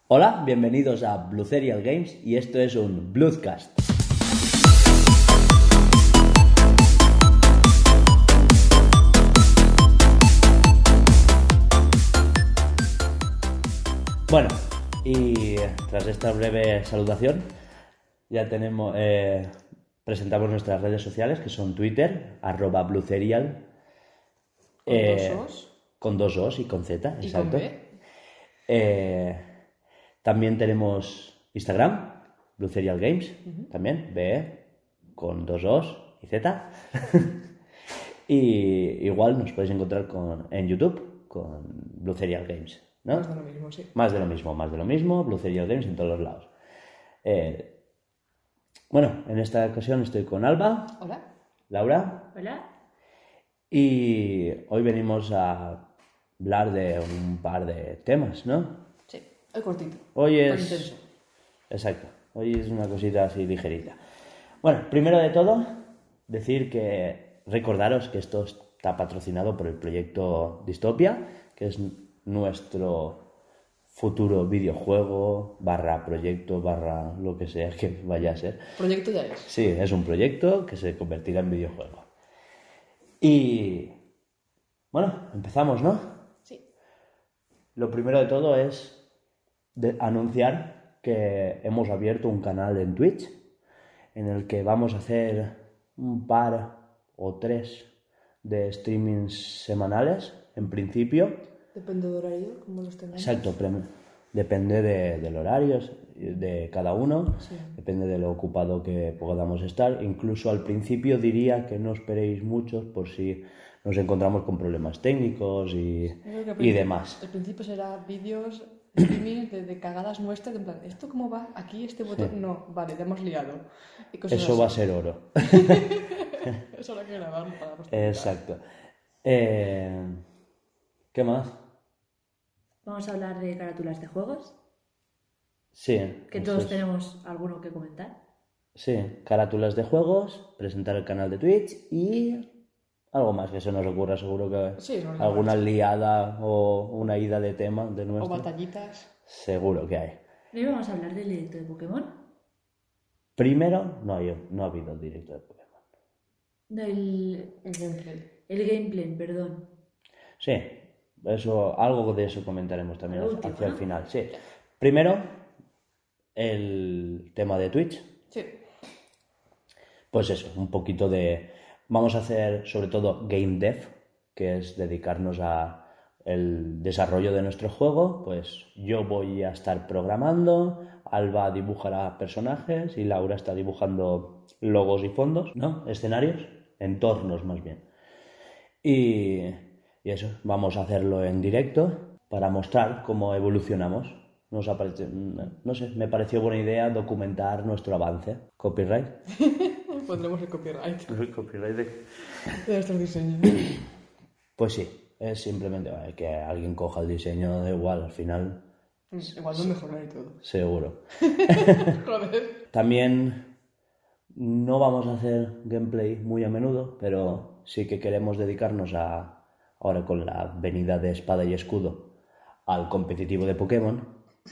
Hola, bienvenidos a Blue Serial Games y esto es un Bloodcast. Bueno, y tras esta breve saludación ya tenemos presentamos nuestras redes sociales, que son Twitter, @BlueSerial. Con dos O's y con Z, y exacto. con B. También tenemos Instagram, Blue Serial Games, también, BE, con 2 O's y Z. Y igual nos podéis encontrar en YouTube con Blue Serial Games, ¿no? Más de lo mismo, sí. Más de lo mismo, Blue Serial Games en todos los lados. Bueno, en esta ocasión estoy con Alba. Hola. Laura. Hola. Y hoy venimos a hablar de un par de temas, ¿no? Sí, hoy cortito. Hoy es... Muy intenso. Exacto, hoy es una cosita así ligerita. Bueno, primero de todo, recordaros que esto está patrocinado por el proyecto Dystopia, que es nuestro futuro videojuego, proyecto, lo que sea que vaya a ser. Proyecto ya es. Sí, es un proyecto que se convertirá en videojuego. Y bueno, empezamos, ¿no? Sí. Lo primero de todo es anunciar que hemos abierto un canal en Twitch en el que vamos a hacer un par o 3 de streamings semanales, en principio. Depende del horario, como los tengamos. Exacto, depende del horario de cada uno, Sí. Depende de lo ocupado que podamos estar. Incluso al principio diría que no esperéis muchos por si nos encontramos con problemas técnicos y demás. Al principio será vídeos, streaming de cagadas nuestras, en plan, ¿esto cómo va? Aquí este botón, Sí. No, vale, te hemos liado. Y cosas Eso así. va a ser oro. Eso habrá que grabarlo para posterior. Exacto. ¿Qué más? Vamos a hablar de carátulas de juegos, Sí. que eso todos es. tenemos alguno que comentar. Sí, carátulas de juegos, presentar el canal de Twitch y algo más que se nos ocurra, seguro que Sí, seguro que alguna más. liada o una ida de tema de O nuestro. batallitas. Seguro que hay. Hoy vamos a hablar del directo de Pokémon. Primero, no ha habido directo de Pokémon. El Gameplay. gameplay, perdón. Sí, algo de eso comentaremos también Lo último, hacia el ¿no? final. Sí. Primero, el tema de Twitch. Sí. Pues eso, un poquito de... Vamos a hacer sobre todo game dev, que es dedicarnos a el desarrollo de nuestro juego. Pues yo voy a estar programando, Alba dibujará personajes y Laura está dibujando logos y fondos, ¿no? Escenarios, entornos más bien. Y eso, vamos a hacerlo en directo para mostrar cómo evolucionamos. No sé, me pareció buena idea documentar nuestro avance. Copyright. Pondremos el copyright El copyright de... de nuestros diseños. Pues sí, es simplemente que alguien coja el diseño, da igual, al final, Igual no mejorar y todo. seguro. Joder. También no vamos a hacer gameplay muy a menudo, pero sí que queremos dedicarnos ahora con la venida de Espada y Escudo, al competitivo de Pokémon.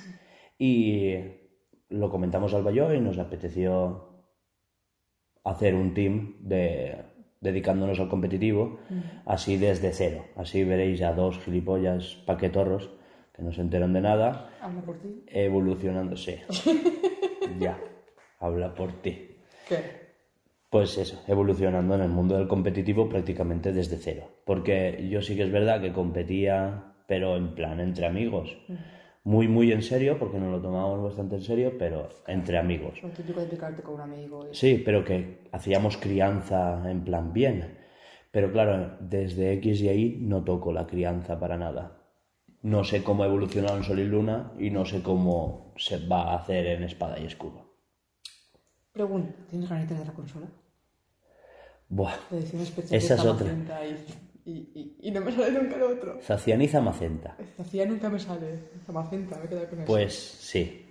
Y lo comentamos Alba y yo y nos apeteció hacer un team dedicándonos al competitivo, así desde cero. Así veréis a 2 gilipollas paquetorros que no se enteran de nada, Habla por ti. evolucionándose. Ya, habla por ti. ¿Qué? Pues eso, evolucionando en el mundo del competitivo prácticamente desde cero. Porque yo sí que es verdad que competía, pero en plan entre amigos. Muy, muy en serio, porque nos lo tomábamos bastante en serio, pero entre amigos. Lo típico de picarte con un amigo. Sí, pero que hacíamos crianza en plan bien. Pero claro, desde X y Y no toco la crianza para nada. No sé cómo ha evolucionado en Sol y Luna y no sé cómo se va a hacer en Espada y Escudo. Pregunta, ¿tienes ganitas de la consola? Buah, La edición especial esa de es otra. Zamacenta y no me sale nunca el otro. Zacianiza Macenta. Hacía nunca me sale. Zamacenta, me he quedado con eso. Pues sí,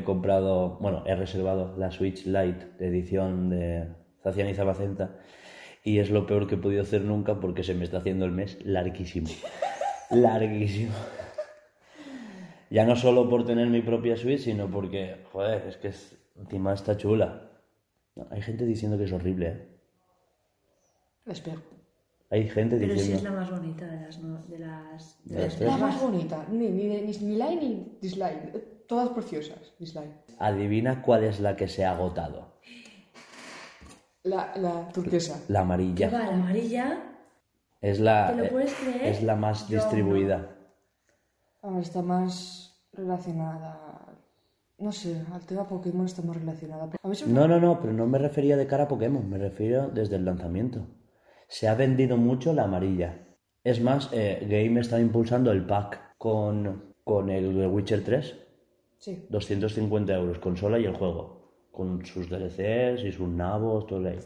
he reservado la Switch Lite de edición de Zacianiza Macenta y es lo peor que he podido hacer nunca porque se me está haciendo el mes larguísimo. Larguísimo. Ya no solo por tener mi propia Switch, sino porque, joder, es que encima está chula. No, hay gente diciendo que es horrible, ¿eh? Espero. Hay gente Pero sí es diciendo... la más bonita de las... no- de las, de De las las La tres. más bonita. Ni like ni dislike. Todas preciosas. Dislike. Adivina cuál es la que se ha agotado. La turquesa. La ¿Qué amarilla. va? La amarilla. Es la, ¿Te lo puedes creer? es la más Yo distribuida. Ahora está más relacionada. No sé, al tema Pokémon está más relacionada. A mí se me- No, pero no me refería de cara a Pokémon, me refiero desde el lanzamiento. Se ha vendido mucho la amarilla. Es más, Game está impulsando el pack con el The Witcher 3, Sí. 250 euros, consola y el juego, con sus DLCs y sus nabos, todo ahí.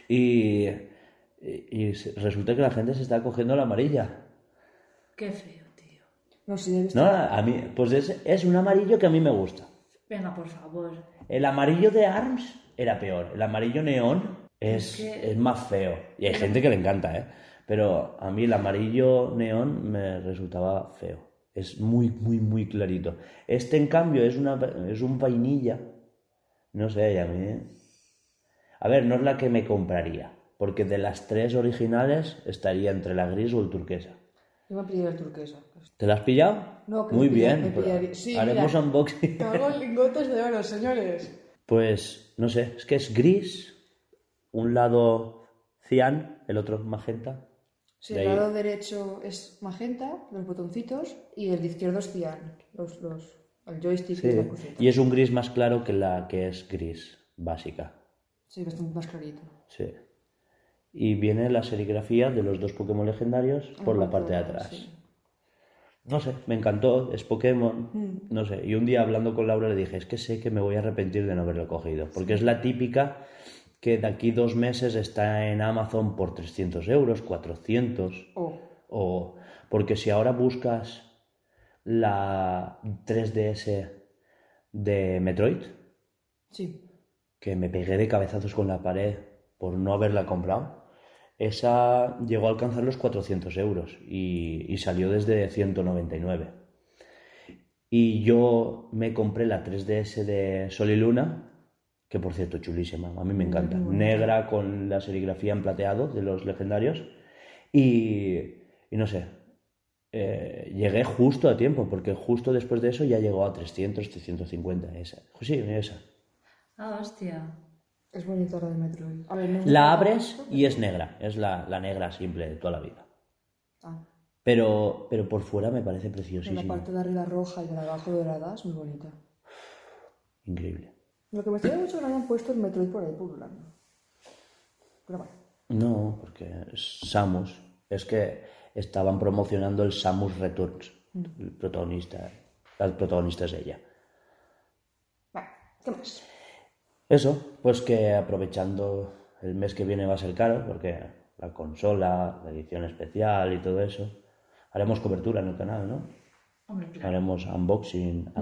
Y resulta que la gente se está cogiendo la amarilla. Qué feo, tío. No sé, he visto. No, a mí, pues es un amarillo que a mí me gusta. Venga, por favor. El amarillo de ARMS era peor. El amarillo neón Es que- es más feo. Y hay gente que le encanta, ¿eh? Pero a mí el amarillo neón me resultaba feo. Es muy clarito. Este, en cambio, es un vainilla. No sé, y a mí... A ver, no es la que me compraría. Porque de las tres originales estaría entre la gris o el turquesa. Yo me pillé el turquesa. ¿Te la has pillado? No, que Muy me bien. pillaría. Sí, Haremos mira. unboxing. Cago en lingotes de oro, señores. Pues, no sé, es que es gris, un lado cian, el otro magenta. Sí, De el ahí- lado derecho es magenta, los botoncitos, y el de izquierdo es cian. El joystick y Sí, la cosita. y es un gris más claro que la que es gris básica. Sí, bastante más clarito. Sí. Y viene la serigrafía de los dos Pokémon legendarios por la parte de Por atrás. sí. No sé, me encantó, es Pokémon, no sé. Y un día hablando con Laura le dije, es que sé que me voy a arrepentir de no haberlo cogido. Porque es la típica que de aquí 2 meses está en Amazon por 300 euros, 400. Oh, O porque si ahora buscas la 3DS de Metroid, sí. que me pegué de cabezazos con la pared por no haberla comprado, esa llegó a alcanzar los 400 euros y salió desde 199. Y yo me compré la 3DS de Sol y Luna, que por cierto chulísima, a mí me encanta, negra con la serigrafía en plateado de los legendarios. Y no sé, llegué justo a tiempo, porque justo después de eso ya llegó a 300, 350 esa. Sí, esa. Ah, hostia. Es bonita la de Metroid. A ver, no es La nada abres bonito, y es negra, es la negra simple de toda la vida. Ah, Pero por fuera me parece en la preciosísima. parte de arriba roja y de la de abajo dorada es muy bonita. Increíble. Lo que me extraña mucho es que no hayan puesto el Metroid por ahí pululando. Pero bueno. No, porque es Samus. Es que estaban promocionando el Samus Returns. El protagonista es ella. Vale, ¿qué más? Eso, pues que aprovechando el mes que viene va a ser caro, porque la consola, la edición especial y todo eso, haremos cobertura en el canal, ¿no? Hombre, claro. Haremos unboxing.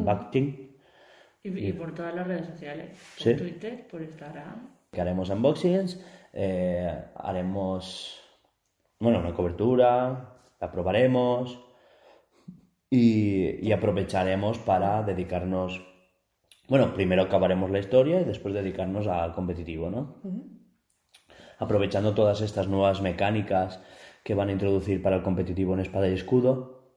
Y por todas las redes sociales. Por Sí. Twitter, por Instagram. Que haremos unboxings, haremos, bueno, una cobertura, la probaremos y aprovecharemos para dedicarnos, bueno, primero acabaremos la historia y después dedicarnos al competitivo, ¿no? Aprovechando todas estas nuevas mecánicas que van a introducir para el competitivo en Espada y Escudo.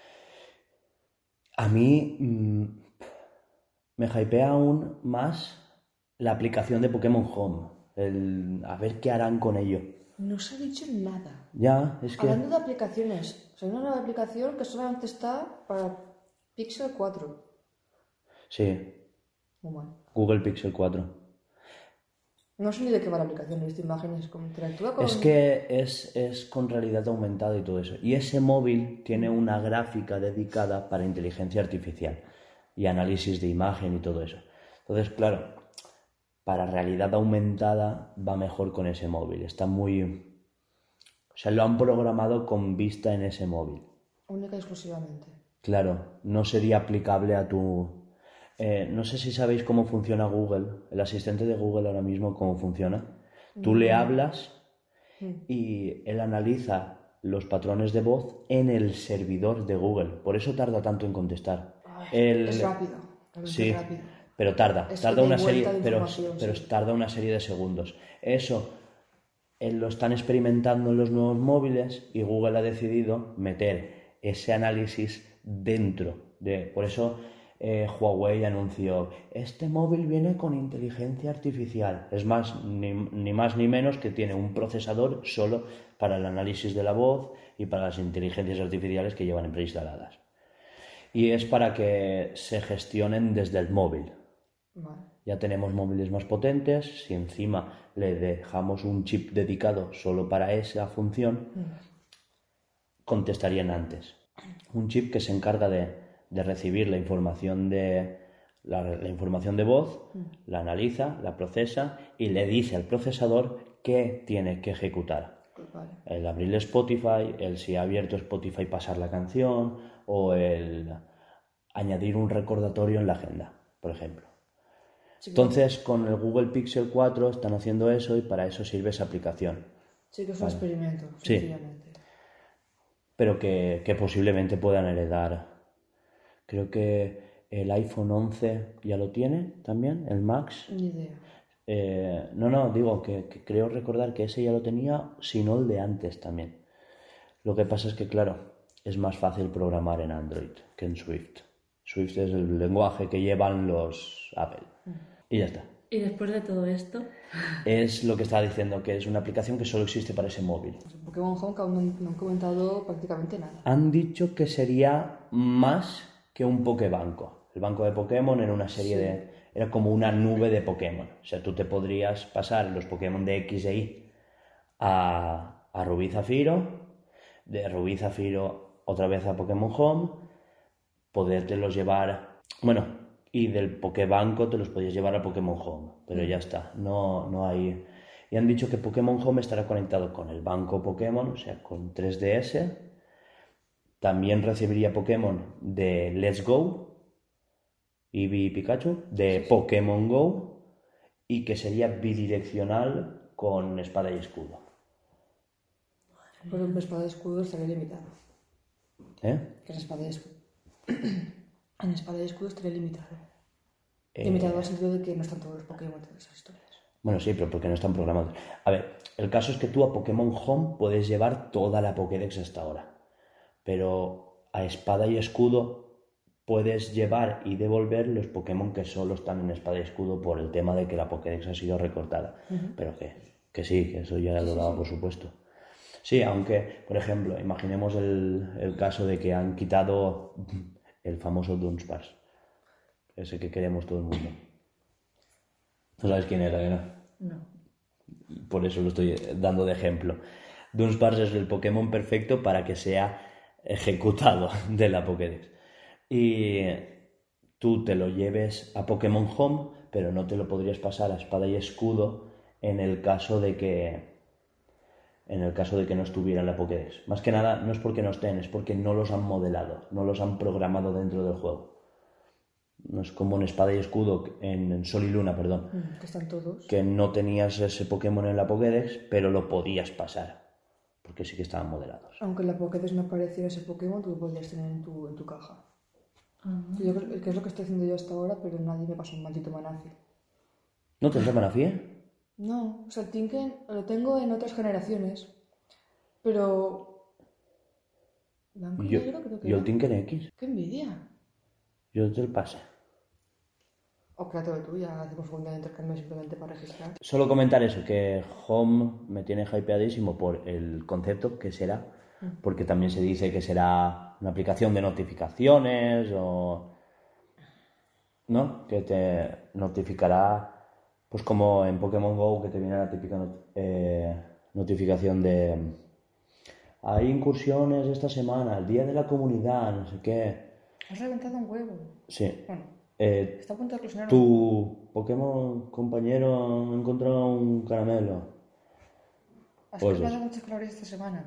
A mí me hypea aún más la aplicación de Pokémon Home. A ver qué harán con ello. No se ha dicho nada. Ya, es que... Hablando de aplicaciones, o sea, hay una nueva aplicación que solamente está para Pixel 4. Sí, Muy mal. Google Pixel 4. No sé ni de qué va la aplicación, he visto imágenes, cómo interactúa con... Es que es con realidad aumentada y todo eso. Y ese móvil tiene una gráfica dedicada para inteligencia artificial y análisis de imagen y todo eso. Entonces, claro, para realidad aumentada va mejor con ese móvil. Está muy... O sea, lo han programado con vista en ese móvil. Única y exclusivamente. Claro, no sería aplicable a tu... no sé si sabéis cómo funciona Google, el asistente de Google ahora mismo, cómo funciona. Tú le hablas y él analiza los patrones de voz en el servidor de Google. Por eso tarda tanto en contestar. Es rápido. Realmente Sí, es rápido. pero tarda Es tarda ida y una serie, vuelta de pero información, sí. tarda una serie de segundos. Eso lo están experimentando en los nuevos móviles y Google ha decidido meter ese análisis dentro de... Por eso Huawei anunció, este móvil viene con inteligencia artificial. Es más, ni más ni menos que tiene un procesador solo para el análisis de la voz y para las inteligencias artificiales que llevan preinstaladas. Y es para que se gestionen desde el móvil. Vale. Ya tenemos móviles más potentes, si encima le dejamos un chip dedicado solo para esa función, contestarían antes. Un chip que se encarga de recibir la información la información de voz, la analiza, la procesa y le dice al procesador qué tiene que ejecutar. Vale. El abrir Spotify, el si ha abierto Spotify pasar la canción o el añadir un recordatorio en la agenda, por ejemplo. Sí, Entonces, con el Google Pixel 4 están haciendo eso y para eso sirve esa aplicación. sí que es un experimento, Sí. sencillamente. Pero que posiblemente puedan heredar. Creo que el iPhone 11 ya lo tiene también, el Max. Ni idea. No, digo que creo recordar que ese ya lo tenía, si no el de antes también. Lo que pasa es que, claro, es más fácil programar en Android que en Swift. Swift es el lenguaje que llevan los Apple. Y ya está. Y después de todo esto, Es lo que estaba diciendo, que es una aplicación que solo existe para ese móvil. Pokémon Home que aún no han comentado prácticamente nada. Han dicho que sería más que un Pokébanco. El banco de Pokémon era una serie era como una nube de Pokémon. O sea, tú te podrías pasar los Pokémon de X e Y a Rubí Zafiro, de Rubí Zafiro otra vez a Pokémon Home, podértelos llevar... Bueno, y del Pokébanco te los podías llevar a Pokémon Home, pero ya está, no hay... Y han dicho que Pokémon Home estará conectado con el banco Pokémon, o sea, con 3DS. También recibiría Pokémon de Let's Go, Eevee y Pikachu, de Pokémon Go, y que sería bidireccional con espada y escudo. Pero en espada de escudo estaría limitado. ¿Eh? Que en espada de escudo. En espada de escudo estaría limitado. Limitado en el sentido de que no están todos los Pokémon de esas historias. Bueno, sí, pero porque no están programados. A ver, el caso es que tú a Pokémon Home puedes llevar toda la Pokédex hasta ahora. Pero a espada y escudo puedes llevar y devolver los Pokémon que solo están en espada y escudo por el tema de que la Pokédex ha sido recortada. Pero que sí, que eso ya lo daba por supuesto. Sí, aunque, por ejemplo, imaginemos el caso de que han quitado el famoso Dunsparce. Ese que queremos todo el mundo. ¿No sabes quién era, no? no. Por eso lo estoy dando de ejemplo. Dunsparce es el Pokémon perfecto para que sea ejecutado de la Pokédex. Y tú te lo lleves a Pokémon Home, pero no te lo podrías pasar a espada y escudo en el caso de que no estuviera en la Pokédex. Más que nada, no es porque no estén, es porque no los han modelado, no los han programado dentro del juego. No es como en espada y escudo, en Sol y Luna, perdón. Que están todos. Que no tenías ese Pokémon en la Pokédex, pero lo podías pasar, porque sí que estaban modelados. Aunque en la Pokédex no apareciera ese Pokémon, tú lo podrías tener en tu caja. Yo creo que es lo que estoy haciendo yo hasta ahora, pero nadie me pasó un maldito Manaphy. ¿No te llaman a Fie? No, o sea, el Tinken lo tengo en otras generaciones, pero... Blanco y negro creo que Yo era. el Tinker X. ¡Qué envidia! Yo te el pasé. O créatelo tú, ya hacemos un día de intercambio simplemente para registrar. Solo comentar eso, que Home me tiene hypeadísimo por el concepto que será, porque también se dice que será una aplicación de notificaciones o... ¿no? Que te notificará, pues como en Pokémon GO, que te viene la típica notificación de... Hay incursiones esta semana, el día de la comunidad, no sé qué. Has reventado un huevo. Sí. Bueno, está a punto de eclosionar. Tu Pokémon compañero encontró un caramelo. Has Pues quemado eso. muchas calorías esta semana.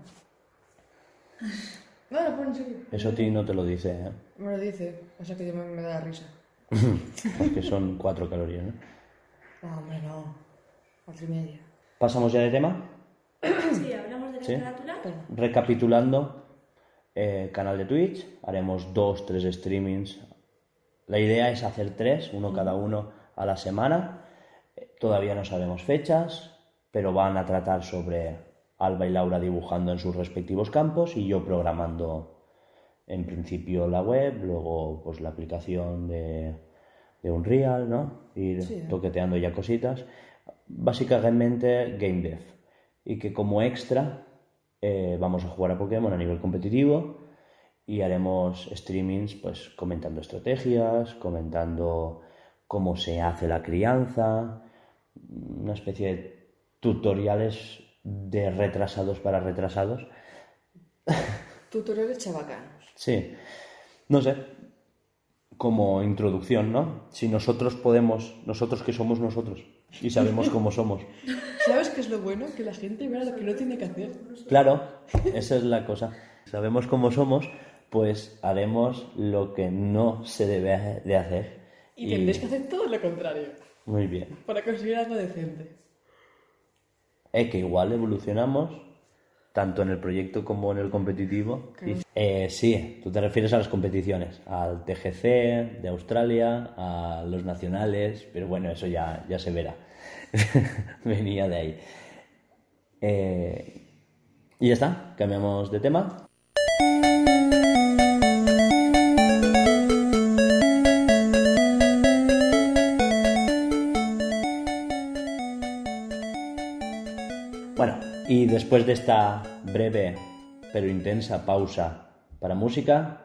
No, no, en serio. Eso a ti no te lo dice, ¿eh? Me lo dice, o sea que yo me da la risa. Porque son 4 calorías, ¿no? No, hombre, no. 4,5. Pasamos ya de tema. Sí, hablamos de la Sí. carátula. Recapitulando, canal de Twitch. Haremos 2-3 streamings La idea es hacer 3, uno cada uno a la semana. Todavía no sabemos fechas, pero van a tratar sobre Alba y Laura dibujando en sus respectivos campos y yo programando en principio la web, luego pues la aplicación de Unreal, ¿no? Ir toqueteando ya cositas. Básicamente Game Dev. Y que como extra vamos a jugar a Pokémon a nivel competitivo y haremos streamings pues comentando estrategias, comentando cómo se hace la crianza, una especie de tutoriales de retrasados para retrasados. Tutoriales chabacanos. Sí, no sé, como introducción, ¿no? Si nosotros podemos, nosotros que somos nosotros y sabemos cómo somos. ¿Sabes qué es lo bueno? Que la gente vea lo que no tiene que hacer. Claro, esa es la cosa. Sabemos cómo somos, pues haremos lo que no se debe de hacer. Y tendréis que hacer todo lo contrario. Muy bien. Para conseguir algo decente. Que igual evolucionamos, tanto en el proyecto como en el competitivo. Claro. Sí, tú te refieres a las competiciones, al TGC de Australia, a los nacionales, pero bueno, eso ya se verá. Venía de ahí. Y ya está, cambiamos de tema. Bueno, y después de esta breve pero intensa pausa para música,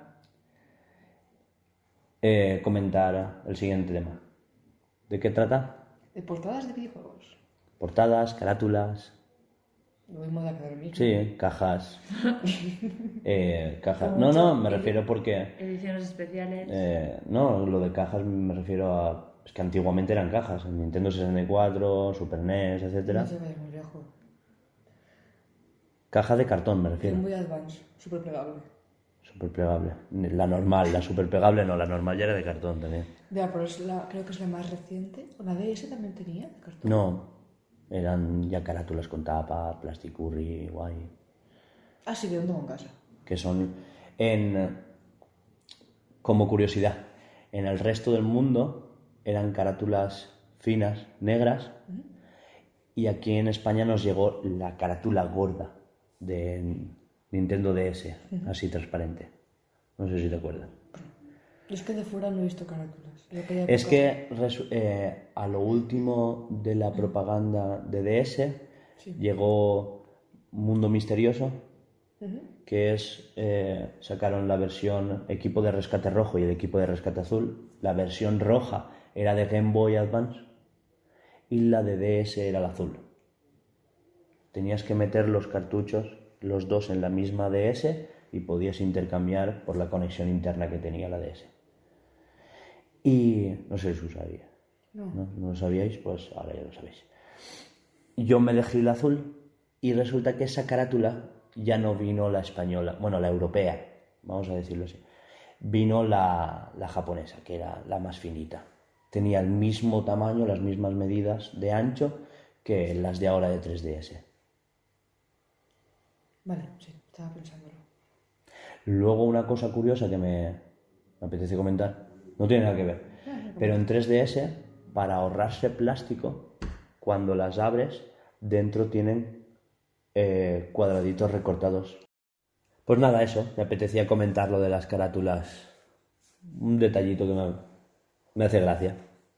comentar el siguiente tema. ¿De qué trata? De portadas de videojuegos. Portadas, carátulas. Lo mismo de academia. Sí, cajas. Cajas. No, me refiero porque... Ediciones especiales. No, lo de cajas me refiero a... Es que antiguamente eran cajas. En Nintendo 64, Super NES, etcétera. No se vaya muy lejos. Caja de cartón me refiero. Game Boy Advance, súper plegable. Súper plegable. La normal, la súper plegable no, la normal ya era de cartón también. Ya, pero creo que es la más reciente. ¿O la DS también tenía de cartón? No, eran ya carátulas con tapa, plasticurri, guay. Ah, sí, que no tengo en casa. Que son, como curiosidad, en el resto del mundo eran carátulas finas, negras, y aquí en España nos llegó la carátula gorda de Nintendo DS, así transparente. No sé si te acuerdas. Yo es que de fuera no he visto carátulas. Es que a lo último de la propaganda de DS llegó Mundo Misterioso, que es, sacaron la versión equipo de rescate rojo y el equipo de rescate azul. La versión roja era de Game Boy Advance y la de DS era la azul. Tenías que meter los cartuchos, los dos en la misma DS, y podías intercambiar por la conexión interna que tenía la DS. Y no sé si lo sabía. ¿No lo sabíais? Pues ahora ya lo sabéis. Yo me elegí la azul y resulta que esa carátula ya no vino la española, bueno, la europea, vamos a decirlo así. Vino la japonesa, que era la más finita. Tenía el mismo tamaño, las mismas medidas de ancho que las de ahora de 3DS. Vale, sí, estaba pensándolo. Luego una cosa curiosa que me apetece comentar, no tiene nada que ver, pero en 3DS, para ahorrarse plástico, cuando las abres, dentro tienen cuadraditos recortados. Pues nada, eso, me apetecía comentar lo de las carátulas, un detallito que me hace gracia.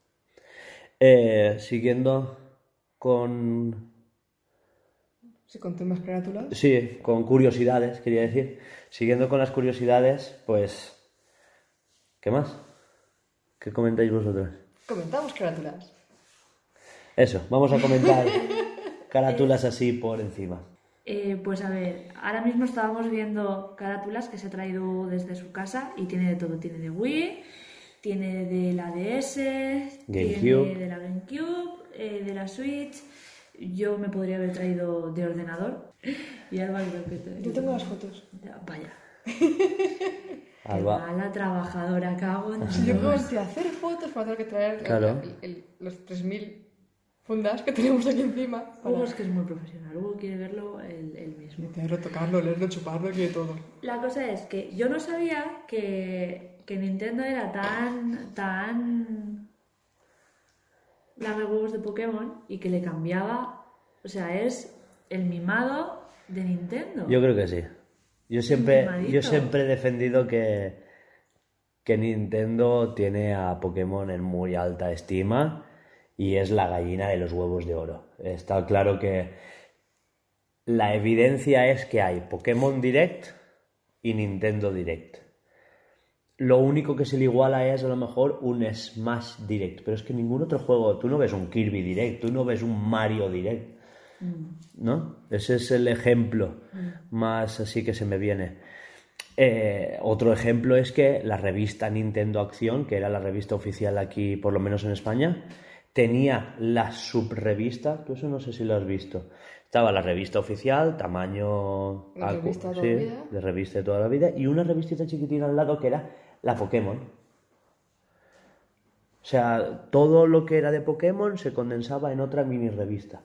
Siguiendo con... Sí, con temas carátulas. Sí, con curiosidades, quería decir. Siguiendo con las curiosidades, pues... ¿Qué más? ¿Qué comentáis vosotros? Comentamos carátulas. Eso, vamos a comentar carátulas así por encima. Pues a ver, ahora mismo estábamos viendo carátulas que se ha traído desde su casa y tiene de todo. Tiene de Wii, tiene de la DS, GameCube. Tiene de la GameCube, de la Switch. Yo me podría haber traído de ordenador. Y Alba creo que te... Yo tengo las fotos. Ya, vaya. Alba. Qué mala trabajadora, cago en Si yo Dios. comencé a hacer fotos para tener que traer Claro. los 3000 fundas que tenemos aquí encima. Hugo es que es muy profesional. Hugo quiere verlo él mismo. Meterlo, tocarlo, leerlo, chuparlo, quiere todo. La cosa es que yo no sabía que que Nintendo era tan lame huevos de Pokémon y que le cambiaba, o sea, es el mimado de Nintendo. Yo creo que sí. Yo siempre he defendido que Nintendo tiene a Pokémon en muy alta estima y es la gallina de los huevos de oro. Está claro que la evidencia es que hay Pokémon Direct y Nintendo Direct. Lo único que se le iguala es a lo mejor un Smash Direct, pero es que ningún otro juego, tú no ves un Kirby Direct, tú no ves un Mario Direct, ¿no? Ese es el ejemplo más así que se me viene. Otro ejemplo es que la revista Nintendo Acción, que era la revista oficial aquí, por lo menos en España, tenía la subrevista, tú eso no sé si lo has visto. Estaba la revista oficial, tamaño de revista de toda la vida. de revista de toda la vida, y una revistita chiquitina al lado que era la Pokémon. O sea, todo lo que era de Pokémon se condensaba en otra mini revista.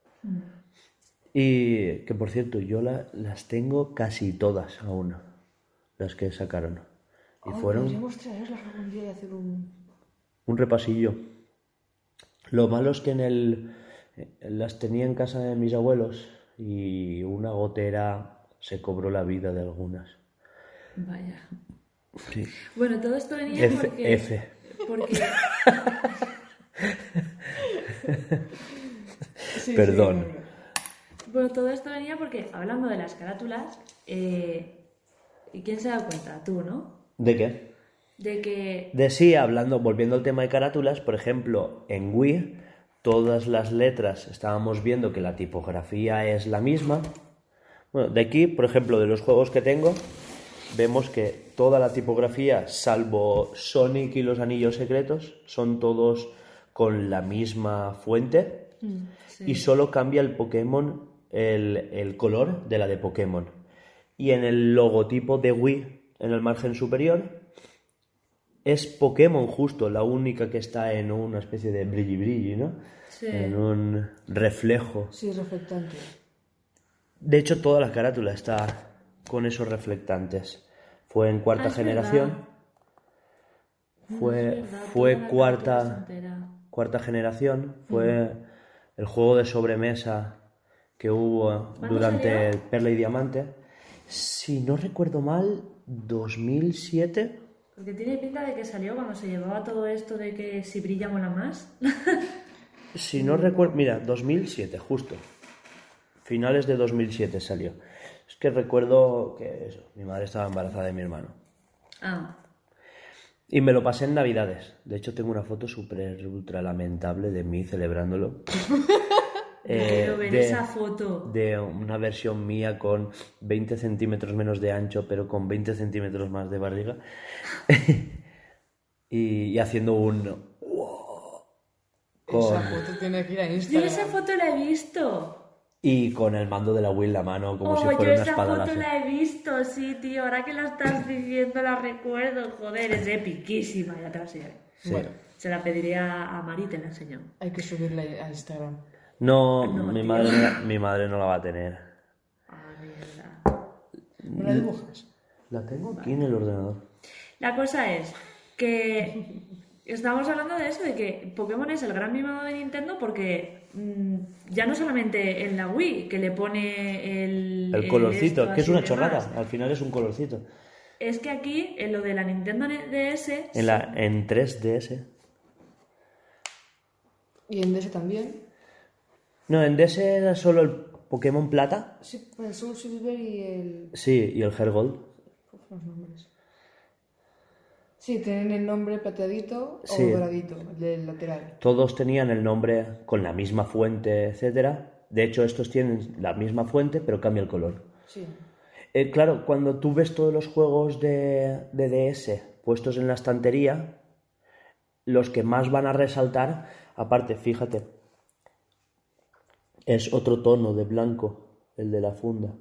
Y que por cierto, yo las tengo casi todas aún, las que sacaron. Y fueron Podríamos traerlas algún día y hacer un repasillo. Lo malo es que las tenía en casa de mis abuelos y una gotera se cobró la vida de algunas. Vaya. Sí. Bueno, todo esto venía porque Sí, Perdón. sí, bueno, todo esto venía porque, hablando de las carátulas, ¿y quién se da cuenta? Tú, ¿no? ¿De qué? De que... Volviendo al tema de carátulas, por ejemplo, en Wii, todas las letras estábamos viendo que la tipografía es la misma. Bueno, de aquí, por ejemplo, de los juegos que tengo, vemos que toda la tipografía, salvo Sonic y los Anillos Secretos, son todos con la misma fuente y solo cambia el Pokémon, el color de la de Pokémon. Y en el logotipo de Wii, en el margen superior, es Pokémon justo, la única que está en una especie de brilli, ¿no? Sí. En un reflejo. Sí, reflectante. De hecho, toda la carátula está con esos reflectantes. Fue en cuarta es generación. verdad. Fue Es verdad, toda la carátula es entera. cuarta generación. Fue el juego de sobremesa que hubo durante salió? Perla y Diamante. Si no recuerdo mal, 2007. Porque tiene pinta de que salió cuando se llevaba todo esto de que si brilla mola más. Si no recuerdo, mira, 2007, justo. Finales de 2007 salió. Es que recuerdo que eso, mi madre estaba embarazada de mi hermano. Ah, Y me lo pasé en Navidades. De hecho, tengo una foto súper ultra lamentable de mí celebrándolo. quiero ver esa foto. De una versión mía con 20 centímetros menos de ancho, pero con 20 centímetros más de barriga. y haciendo un... Esa foto tiene que ir a Yo Instagram. esa foto la he visto. Y con el mando de la Wii en la mano, como si Yo fuera una esa espada foto láser. la he visto, sí, tío. Ahora que la estás diciendo la recuerdo. Joder, es epiquísima. Ya te la enseñaré. Sí. Bueno, Se la pediré a Mari y te la enseño. hay que subirla a Instagram. No, No, mi tío. madre no la va a tener. Ah, mierda. ¿No la dibujas? La tengo aquí en el ordenador. La cosa es que estamos hablando de eso, de que Pokémon es el gran mimado de Nintendo porque ya no solamente en la Wii, que le pone el colorcito, esto que es así una de chorrada. más. Al final es un colorcito. Es que aquí, en lo de la Nintendo DS, En 3DS. Y en DS también. No, en DS era solo el Pokémon Plata. Sí, el Soul Silver y el... Sí, y el Hergold. Los nombres. Sí, tienen el nombre plateadito Sí. o doradito, el del lateral. Todos tenían el nombre con la misma fuente, etcétera. De hecho, estos tienen la misma fuente, pero cambia el color. Sí. Claro, cuando tú ves todos los juegos de DS puestos en la estantería, los que más van a resaltar, aparte, fíjate, es otro tono de blanco, el de la funda.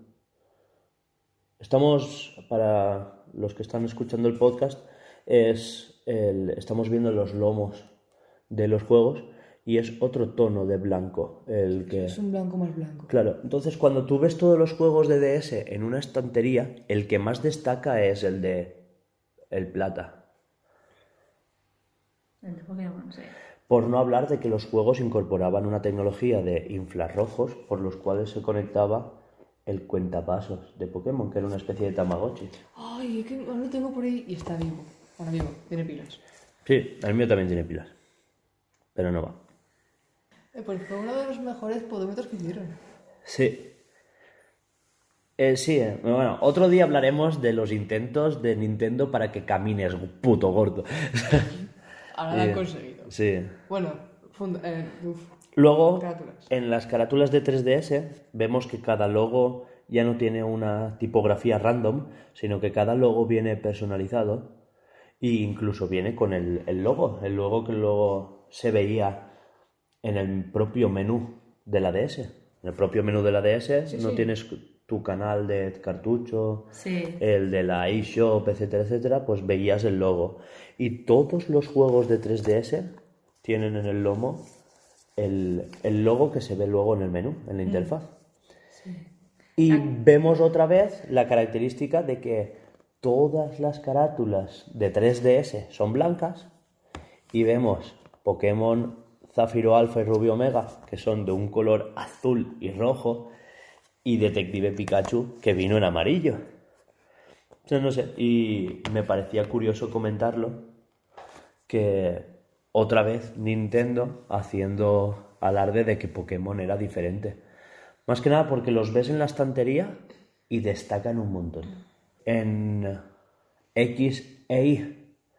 Para los que están escuchando el podcast, estamos viendo los lomos de los juegos y es otro tono de blanco el que... Es un blanco más blanco. Claro, entonces cuando tú ves todos los juegos de DS en una estantería, el que más destaca es el plata. El de Pokémon, sí. Por no hablar de que los juegos incorporaban una tecnología de infrarrojos por los cuales se conectaba el cuentapasos de Pokémon, que era una especie de Tamagotchi. Ay, es que ahora lo tengo por ahí y está vivo. Ahora vivo, tiene pilas. Sí, el mío también tiene pilas, pero no va. Pues fue uno de los mejores podómetros que hicieron. Sí. Sí, bueno, otro día hablaremos de los intentos de Nintendo para que camines, puto gordo. Ahora lo han conseguido. Sí. Bueno, Luego, carátulas. en las carátulas de 3DS, vemos que cada logo ya no tiene una tipografía random, sino que cada logo viene personalizado e incluso viene con el logo que luego se veía en el propio menú de la DS. En el propio menú de la DS no tienes tu canal de cartucho, el de la eShop, etcétera, etcétera, pues veías el logo. Y todos los juegos de 3DS tienen en el lomo el logo que se ve luego en el menú, en la interfaz. Sí. Y vemos otra vez la característica de que todas las carátulas de 3DS son blancas y vemos Pokémon Zafiro Alpha y Rubio Omega, que son de un color azul y rojo, y Detective Pikachu, que vino en amarillo. Entonces, no sé, y me parecía curioso comentarlo, que otra vez Nintendo haciendo alarde de que Pokémon era diferente. Más que nada porque los ves en la estantería y destacan un montón. En XA,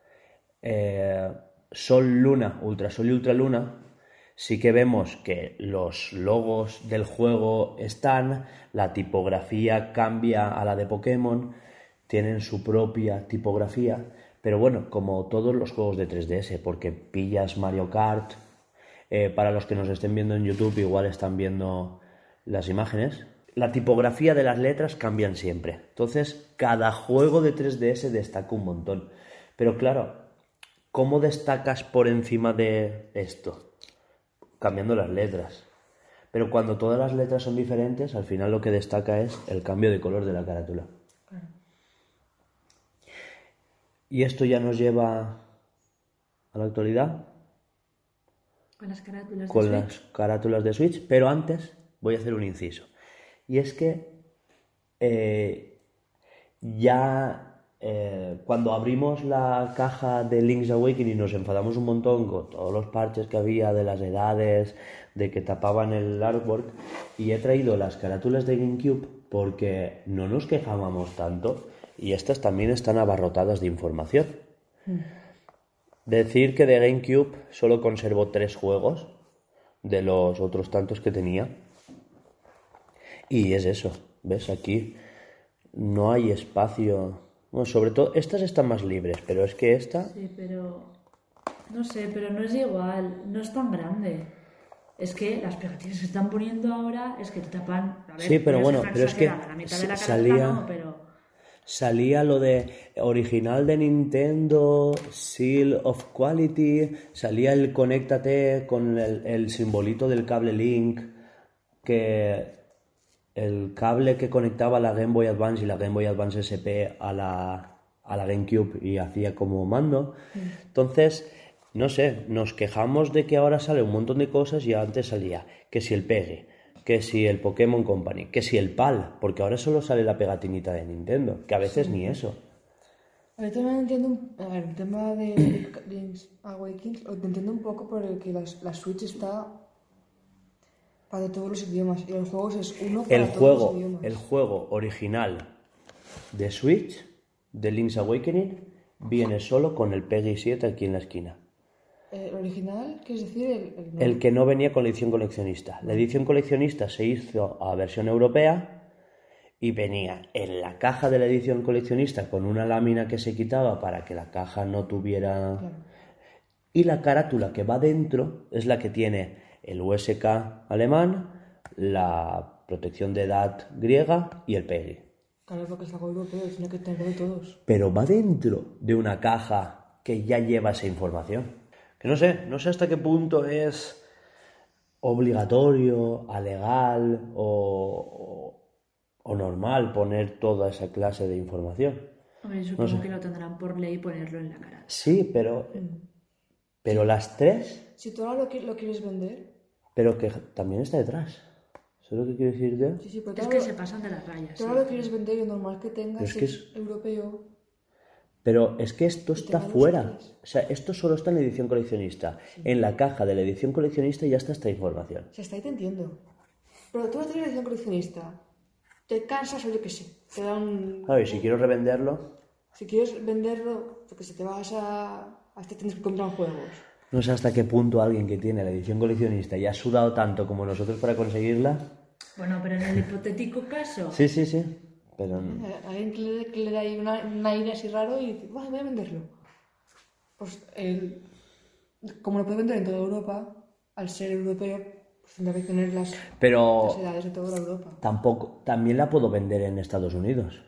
Sol Luna, Ultrasol y Ultraluna, sí que vemos que los logos del juego están, la tipografía cambia a la de Pokémon, tienen su propia tipografía, pero bueno, como todos los juegos de 3DS, porque pillas Mario Kart, para los que nos estén viendo en YouTube igual están viendo las imágenes, la tipografía de las letras cambian siempre, entonces cada juego de 3DS destaca un montón, pero claro, ¿cómo destacas por encima de esto? Cambiando las letras. Pero cuando todas las letras son diferentes, al final lo que destaca es el cambio de color de la carátula. Claro. Y esto ya nos lleva a la actualidad. Con las carátulas de con Switch. las carátulas de Switch. Pero antes voy a hacer un inciso. Y es que cuando abrimos la caja de Link's Awakening nos enfadamos un montón con todos los parches que había de las edades, de que tapaban el artwork, y he traído las carátulas de GameCube porque no nos quejábamos tanto y estas también están abarrotadas de información. Decir que de GameCube solo conservo 3 juegos de los otros tantos que tenía, y es eso, ¿ves? Aquí no hay espacio. Bueno, sobre todo, estas están más libres, pero es que esta... Sí, pero... No sé, pero no es igual, no es tan grande. Es que las pegatinas que se están poniendo ahora es que te tapan... A ver, sí, pero bueno, pero es que la mitad de la carátula no, pero... salía lo de original de Nintendo, Seal of Quality, salía el conéctate con el simbolito del cable Link, que... el cable que conectaba la Game Boy Advance y la Game Boy Advance SP a la GameCube y hacía como mando. Entonces, no sé, nos quejamos de que ahora sale un montón de cosas y antes salía que si el Pegue, que si el Pokémon Company, que si el PAL, porque ahora solo sale la pegatinita de Nintendo, que a veces ni eso. A ver, también entiendo el tema de Link's Awakening, lo entiendo un poco por el que la Switch está para todos los idiomas y los juegos es uno para todos los idiomas. El juego original de Switch, de Link's Awakening, viene solo con el PEGI 7 aquí en la esquina. ¿El original? ¿Quieres decir? El que no venía con la edición coleccionista. La edición coleccionista se hizo a versión europea y venía en la caja de la edición coleccionista con una lámina que se quitaba para que la caja no tuviera... Claro. Y la carátula que va dentro es la que tiene el USK alemán, la protección de edad griega y el PEGI. Claro, porque es algo europeo, tiene que tenerlo de todos. Pero va dentro de una caja que ya lleva esa información. Que no sé hasta qué punto es obligatorio, alegal o normal poner toda esa clase de información. Hombre, supongo que lo tendrán por ley ponerlo en la cara. Sí, pero Pero las 3, Si tú ahora lo quieres vender, pero que también está detrás. ¿Sabes lo que quiero decirte? sí, pero Es que se pasan de las rayas. tú Sí. ahora lo quieres vender y lo normal que tengas Pero es que es europeo. Pero es que esto está tenemos fuera. tres. O sea, esto solo está en la edición coleccionista. En la caja de la edición coleccionista ya está esta información. Se está ahí, te entiendo. Pero tú vas a tener edición coleccionista. Te cansas o yo qué sé. Te dan... Claro, y si quiero revenderlo, Si quieres venderlo, yo qué sé, te vas a... Hasta tienes que comprar juegos. no sé hasta qué punto alguien que tiene la edición coleccionista y ha sudado tanto como nosotros para conseguirla. Bueno, pero en el hipotético caso... Sí, sí, sí. Pero Alguien que le da ahí un aire así raro y dice, voy a venderlo. Pues como lo puede vender en toda Europa, al ser europeo, pues tendrá que tener las Pero edades de toda Europa. tampoco, también la puedo vender en Estados Unidos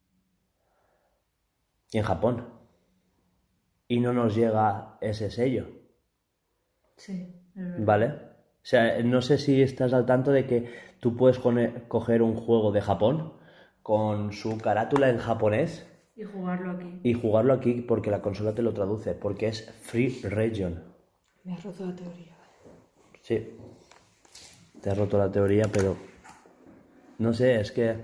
y en Japón. Y no nos llega ese sello, Sí, es verdad. ¿vale? O sea, no sé si estás al tanto de que tú puedes coger un juego de Japón con su carátula en japonés Y jugarlo aquí. y jugarlo aquí porque la consola te lo traduce, porque es Free Region. Me has roto la teoría. Sí, te has roto la teoría, pero no sé, es que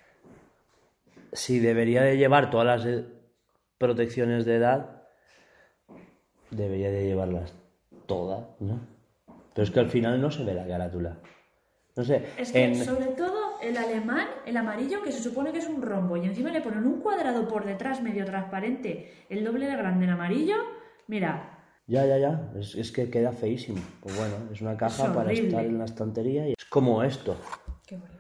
si debería de llevar todas las protecciones de edad, debería de llevarlas todas, ¿no? Pero es que al final no se ve la carátula. No sé, Es que sobre todo el alemán, el amarillo, que se supone que es un rombo, y encima le ponen un cuadrado por detrás medio transparente, el doble de grande en amarillo, mira, Ya, es que queda feísimo. Pues bueno, es una caja Es para horrible. estar en la estantería y es como esto. Qué bonito.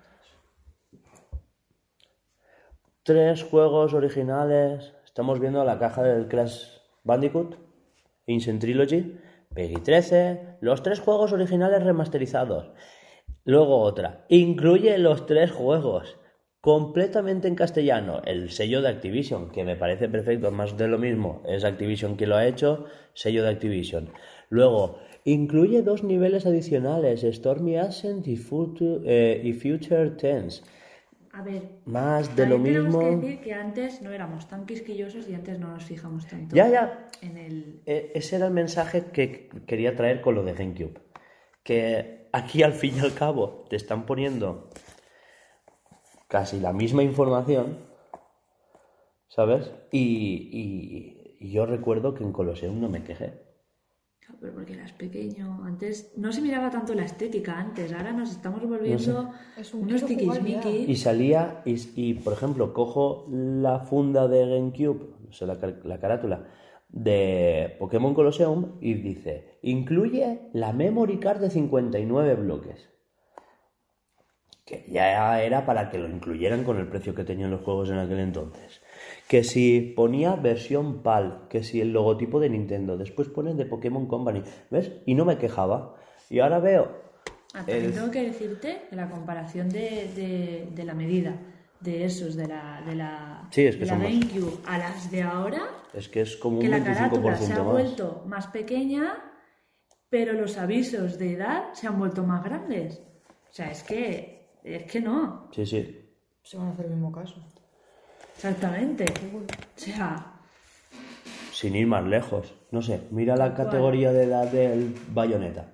3 juegos originales. Estamos viendo la caja del Crash Bandicoot, Ancient Trilogy, PEGI 13, los 3 juegos originales remasterizados. Luego otra, incluye los 3 juegos, completamente en castellano, el sello de Activision, que me parece perfecto, más de lo mismo, es Activision quien lo ha hecho, sello de Activision. Luego, incluye 2 niveles adicionales, Stormy Ascent y Future Tense. a ver, Más de lo también mismo. tenemos que decir que antes no éramos tan quisquillosos y antes no nos fijamos tanto Ya. en el... Ese era el mensaje que quería traer con lo de GameCube. Que aquí al fin y al cabo te están poniendo casi la misma información, ¿sabes? Y yo recuerdo que en Colosseum no me quejé. Pero porque eras pequeño, antes no se miraba tanto la estética antes, ahora nos estamos volviendo Es un unos quiero jugar ya. Y tiquismiquis. salía, y por ejemplo, cojo la funda de GameCube, o sea, la carátula de Pokémon Colosseum y dice, incluye la memory card de 59 bloques. Que ya era para que lo incluyeran con el precio que tenían los juegos en aquel entonces. Que si ponía versión PAL, que si el logotipo de Nintendo, después ponen de Pokémon Company, ¿ves? Y no me quejaba. Y ahora veo... También tengo que decirte de la comparación de la medida de esos, de la Sí, es que de la son más. GameCube a las de ahora, Es que es como un que la carátula 25% se ha más. vuelto más pequeña, pero los avisos de edad se han vuelto más grandes. O sea, es que no. Sí, sí. Se van a hacer el mismo caso. Exactamente. O sea, Sin ir más lejos. No sé, mira la categoría de edad del Bayonetta.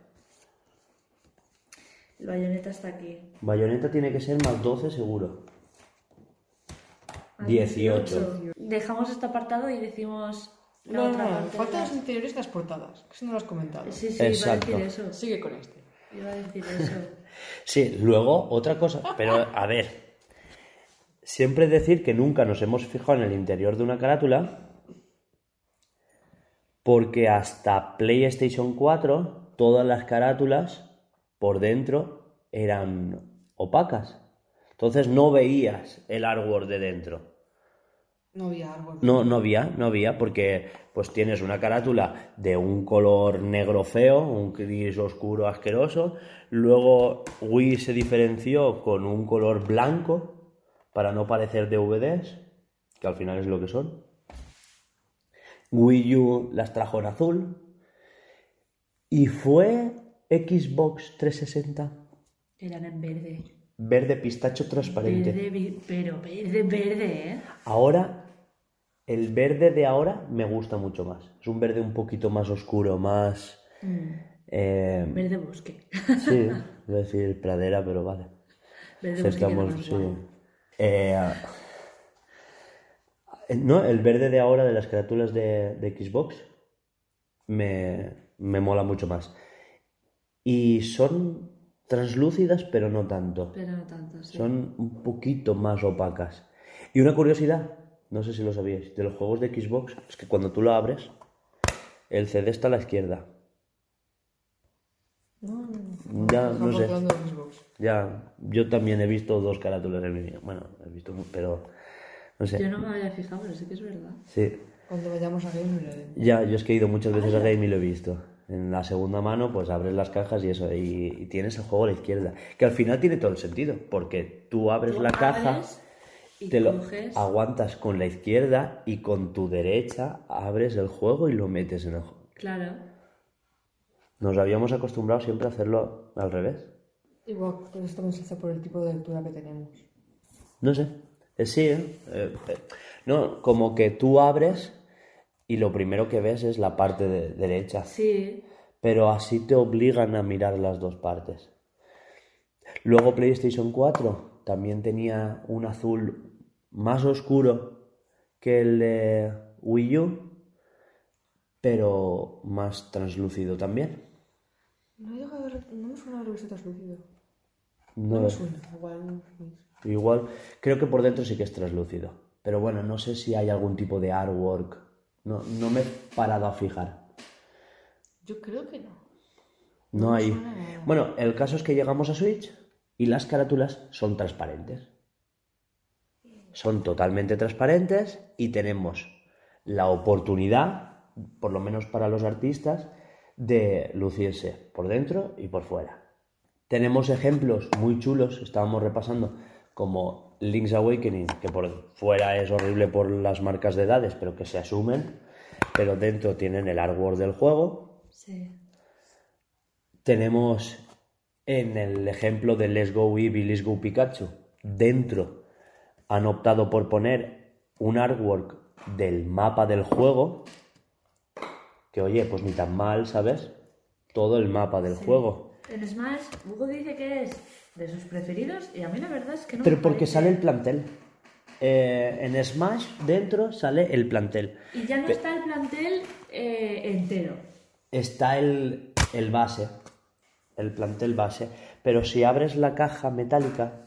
el Bayonetta está aquí. Bayonetta tiene que ser más 12 seguro. 18. Dejamos este apartado y decimos la No, otra no, parte de faltan las- los interiores y las portadas, que eso no lo has comentado. Sí, iba Exacto. a decir eso. Sigue con este. Iba a decir eso. Sí, luego otra cosa, pero a ver, siempre decir que nunca nos hemos fijado en el interior de una carátula, porque hasta PlayStation 4 todas las carátulas por dentro eran opacas, entonces no veías el artwork de dentro. No había árbol. No había, porque pues tienes una carátula de un color negro feo, un gris oscuro asqueroso. Luego Wii se diferenció con un color blanco para no parecer DVDs, que al final es lo que son. Wii U las trajo en azul. Y fue Xbox 360 Eran en verde. verde pistacho transparente. Pero verde, ¿eh? Ahora El verde de ahora me gusta mucho más. Es un verde un poquito más oscuro, más... Verde bosque. Sí, voy a decir pradera, pero vale. Verde bosque queda más Sí. guapo. No, el verde de ahora de las carátulas de Xbox me mola mucho más. Y son translúcidas, pero no tanto. Pero no tanto, sí. Son un poquito más opacas. Y una curiosidad, no sé si lo sabíais, de los juegos de Xbox, es que cuando tú lo abres, el CD está a la izquierda. No. Ya, no sé. Hablando de Xbox. Ya, yo también he visto 2 carátulas en mi vida. Bueno, he visto, pero no sé. Yo no me había fijado, pero sí que es verdad. Sí. Cuando vayamos a Game lo haremos. Ya, yo es que he ido muchas veces a Game y lo he visto. En la segunda mano, pues abres las cajas y eso, y tienes el juego a la izquierda. Que al final tiene todo el sentido, porque tú abres Tú la caja, abres y te lo coges- aguantas con la izquierda y con tu derecha abres el juego y lo metes en el juego. Claro. Nos habíamos acostumbrado siempre a hacerlo al revés. Igual, pero esto también se hace por el tipo de lectura que tenemos. No sé. Sí, no, como que tú abres y lo primero que ves es la parte derecha. Sí. Pero así te obligan a mirar las dos partes. Luego PlayStation 4 también tenía un azul más oscuro que el de Wii U, pero más translúcido también. No me suena haber visto translúcido. No, No me suena, igual. igual, creo que por dentro sí que es translúcido. Pero bueno, no sé si hay algún tipo de artwork. No me he parado a fijar. Yo creo que no. No hay. suena nada. Bueno, el caso es que llegamos a Switch y las carátulas son transparentes. Son totalmente transparentes y tenemos la oportunidad, por lo menos para los artistas, de lucirse por dentro y por fuera. Tenemos ejemplos muy chulos, estábamos repasando, como Link's Awakening, que por fuera es horrible por las marcas de edades, pero que se asumen, pero dentro tienen el artwork del juego. Sí. Tenemos en el ejemplo de Let's Go Eevee, Let's Go Pikachu, dentro han optado por poner un artwork del mapa del juego, que oye, pues ni tan mal, ¿sabes? Todo el mapa del juego. En Smash, Hugo dice que es de sus preferidos y a mí la verdad es que no Pero me porque parece. sale el plantel. En Smash dentro sale el plantel. Y ya no está el plantel entero. Está el base, el plantel base. Pero si abres la caja metálica,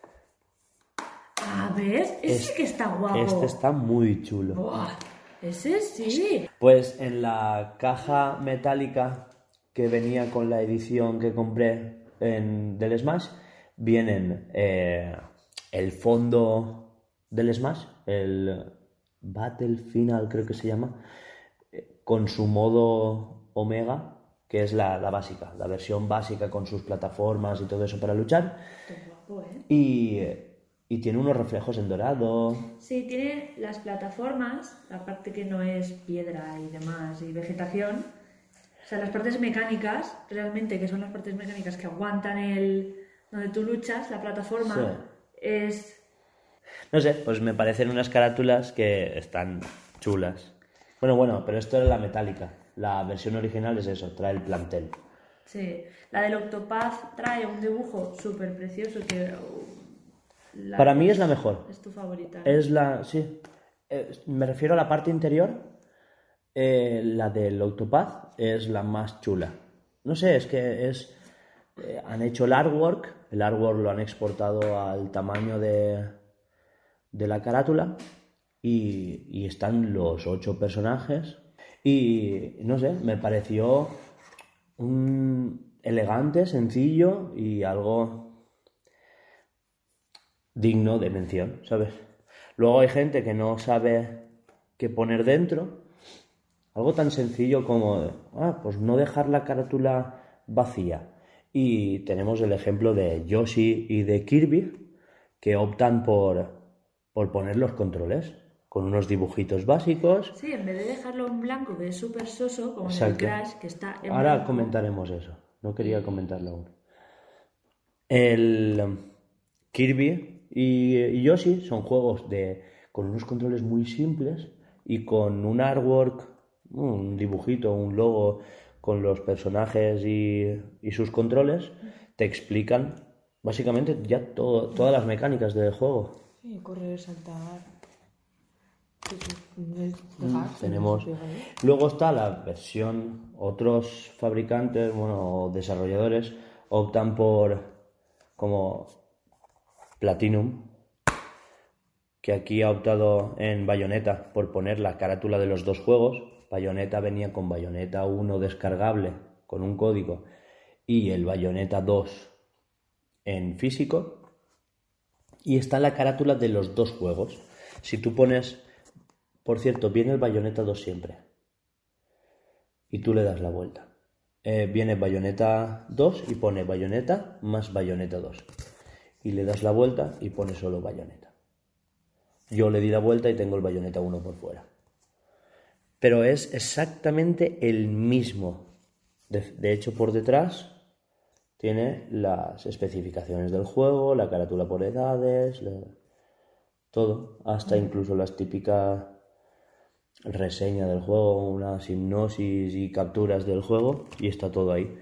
A ver, ese sí que está guapo. este está muy chulo. Buah, ese sí. Pues en la caja metálica que venía con la edición que compré del Smash, vienen el fondo del Smash, el Battle Final creo que se llama, con su modo Omega, que es la básica, la versión básica con sus plataformas y todo eso para luchar. Qué guapo, ¿eh? Y tiene unos reflejos en dorado. Sí, tiene las plataformas, la parte que no es piedra y demás, y vegetación. O sea, las partes mecánicas, realmente, que son las partes mecánicas que aguantan donde tú luchas, la plataforma, Sí. es... No sé, pues me parecen unas carátulas que están chulas. Bueno, pero esto era la metálica. La versión original es eso, trae el plantel. Sí, la del Octopath trae un dibujo súper precioso que... Para mí es la mejor. Es tu favorita. Sí. Me refiero a la parte interior. La del Octopath es la más chula. No sé, es que han hecho el artwork lo han exportado al tamaño de la carátula y están los 8 personajes y no sé, me pareció elegante, sencillo y algo digno de mención, ¿sabes? Luego hay gente que no sabe qué poner dentro. Algo tan sencillo como, pues no dejar la carátula vacía. Y tenemos el ejemplo de Yoshi y de Kirby, que optan por poner los controles con unos dibujitos básicos. Sí, en vez de dejarlo en blanco, que es súper soso, como en el Exacto. Crash, que está en Ahora blanco. comentaremos eso. No quería comentarlo aún. El Kirby y Yoshi son juegos con unos controles muy simples, y con un artwork, un dibujito, un logo con los personajes y sus controles, te explican básicamente ya todas las mecánicas del juego. Sí, correr, saltar. Tenemos. Luego está la versión, otros fabricantes, o desarrolladores optan por, como Platinum, que aquí ha optado en Bayonetta por poner la carátula de los dos juegos. Bayonetta venía con Bayonetta 1 descargable con un código y el Bayonetta 2 en físico, y está la carátula de los dos juegos. Si tú pones, por cierto, viene el Bayonetta 2 siempre y tú le das la vuelta, viene Bayonetta 2 y pone Bayonetta más Bayonetta 2 y le das la vuelta y pone solo Bayonetta. Yo le di la vuelta y tengo el Bayonetta 1 por fuera, pero es exactamente el mismo. De hecho, por detrás tiene las especificaciones del juego, la carátula por edades, todo, hasta incluso las típicas reseñas del juego, unas hipnosis y capturas del juego, y está todo ahí.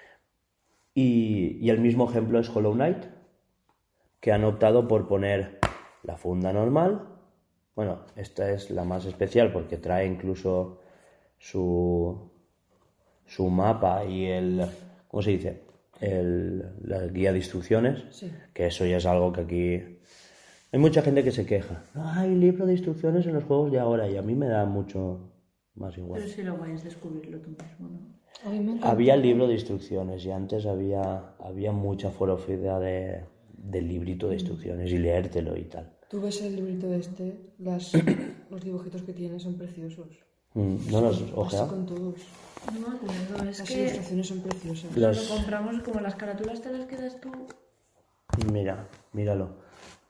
Y el mismo ejemplo es Hollow Knight, que han optado por poner la funda normal. Bueno, esta es la más especial porque trae incluso su mapa y ¿cómo se dice? La guía de instrucciones, sí. Que eso ya es algo que aquí hay mucha gente que se queja. Hay libro de instrucciones en los juegos de ahora, y a mí me da mucho más igual. Pero si lo vais a descubrirlo tú mismo, ¿no? A mí me encanta. Había libro de instrucciones y antes había mucha forofilia del librito de instrucciones y leértelo y tal. Tú ves el librito los dibujitos que tiene son preciosos. ¿No los Así ojeado? con todos. No me acuerdo, es Las que ilustraciones son preciosas. lo compramos como las carátulas te las quedas tú. Míralo.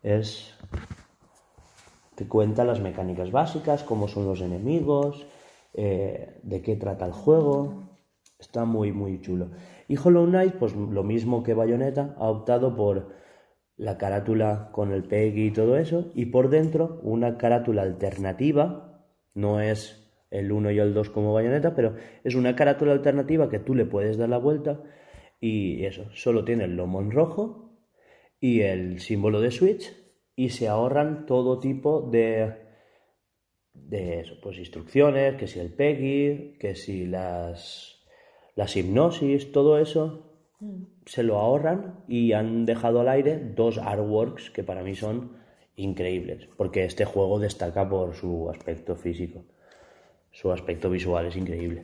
Te cuenta las mecánicas básicas, cómo son los enemigos, de qué trata el juego. Está muy, muy chulo. Y Hollow Knight, pues lo mismo que Bayonetta, ha optado por la carátula con el PEGI y todo eso, y por dentro una carátula alternativa. No es el 1 y el 2 como Bayonetta, pero es una carátula alternativa que tú le puedes dar la vuelta, y eso, solo tiene el lomo en rojo y el símbolo de Switch, y se ahorran todo tipo de eso, pues instrucciones, que si el PEGI, que si las hipnosis, todo eso se lo ahorran, y han dejado al aire dos artworks que para mí son increíbles, porque este juego destaca por su aspecto físico. Su aspecto visual es increíble.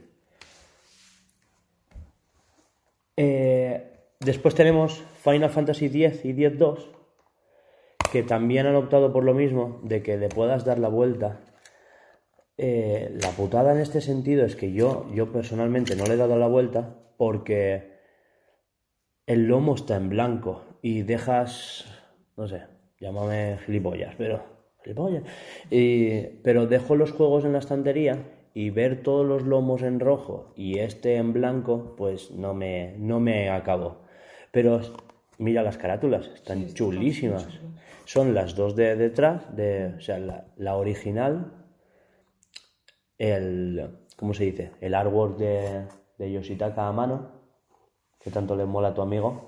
Después tenemos Final Fantasy X y X-2, que también han optado por lo mismo, de que le puedas dar la vuelta. La putada en este sentido es que yo personalmente no le he dado la vuelta porque el lomo está en blanco y dejas, no sé, llámame gilipollas, pero dejo los juegos en la estantería, y ver todos los lomos en rojo y este en blanco, pues no me acabo. Pero mira las carátulas, están chulísimas. Son las dos de detrás, o sea, la original, ¿cómo se dice? El artwork de Yoshitaka Amano, que tanto le mola a tu amigo.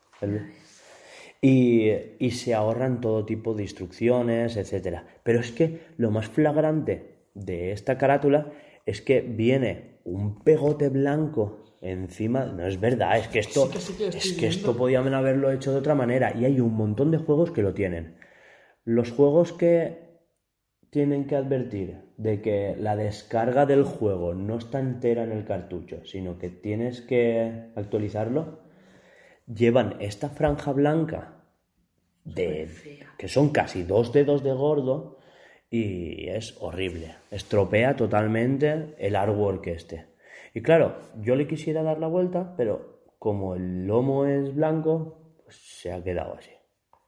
Y se ahorran todo tipo de instrucciones, etcétera. Pero es que lo más flagrante de esta carátula es que viene un pegote blanco encima. No es verdad, es que esto podían haberlo hecho de otra manera, y hay un montón de juegos que lo tienen. Los juegos que tienen que advertir de que la descarga del juego no está entera en el cartucho, sino que tienes que actualizarlo, llevan esta franja blanca que son casi 2 dedos de gordo, y es horrible, estropea totalmente el artwork este. Y claro, yo le quisiera dar la vuelta, pero como el lomo es blanco, pues se ha quedado así.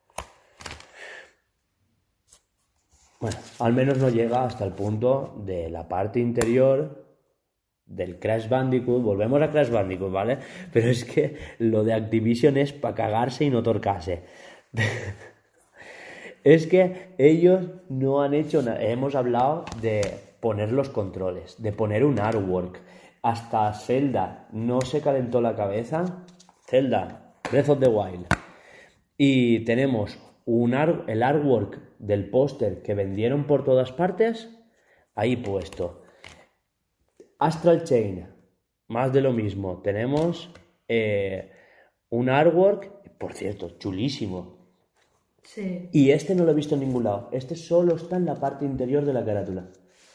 Bueno, al menos no llega hasta el punto de la parte interior del Crash Bandicoot. Volvemos a Crash Bandicoot, ¿vale? Pero es que lo de Activision es para cagarse y no torcarse. Es que ellos no han hecho nada. Hemos hablado de poner los controles, de poner un artwork. Hasta Zelda no se calentó la cabeza. Zelda, Breath of the Wild. Y tenemos el artwork del póster que vendieron por todas partes, ahí puesto. Astral Chain, más de lo mismo. Tenemos un artwork, por cierto, chulísimo. Sí. Y este no lo he visto en ningún lado. Este solo está en la parte interior de la carátula.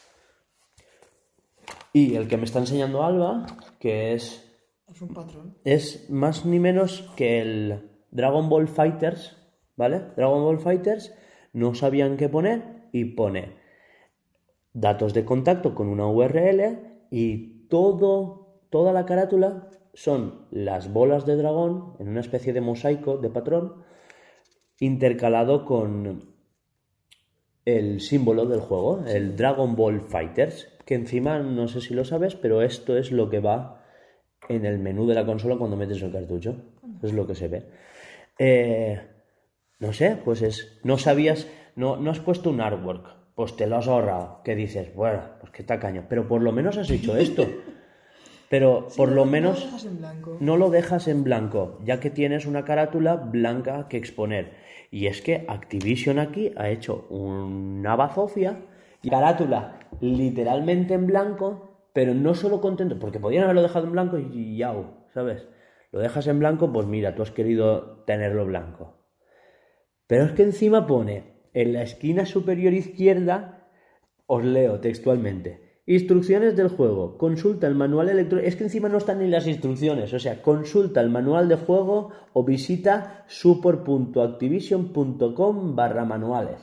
Y el que me está enseñando Alba, que Es un patrón. es más ni menos que el Dragon Ball Fighters, ¿vale? Dragon Ball Fighters no sabían qué poner y pone datos de contacto con una URL y toda la carátula son las bolas de dragón en una especie de mosaico de patrón intercalado con el símbolo del juego, el Dragon Ball Fighters, que encima no sé si lo sabes, pero esto es lo que va en el menú de la consola cuando metes el cartucho. Es lo que se ve. No sé, pues no sabías, no has puesto un artwork, pues te lo has ahorrado, que dices, bueno, pues qué tacaño, pero por lo menos has hecho esto. Pero por lo menos No lo dejas en blanco. no lo dejas en blanco, ya que tienes una carátula blanca que exponer. Y es que Activision aquí ha hecho una bazofia y carátula literalmente en blanco, pero no solo contento, porque podrían haberlo dejado en blanco y yau, ¿sabes? Lo dejas en blanco, pues mira, tú has querido tenerlo blanco. Pero es que encima pone en la esquina superior izquierda, os leo textualmente, instrucciones del juego, consulta el manual electrónico, es que encima no están ni las instrucciones, o sea, consulta el manual de juego o visita support.activision.com/manuales.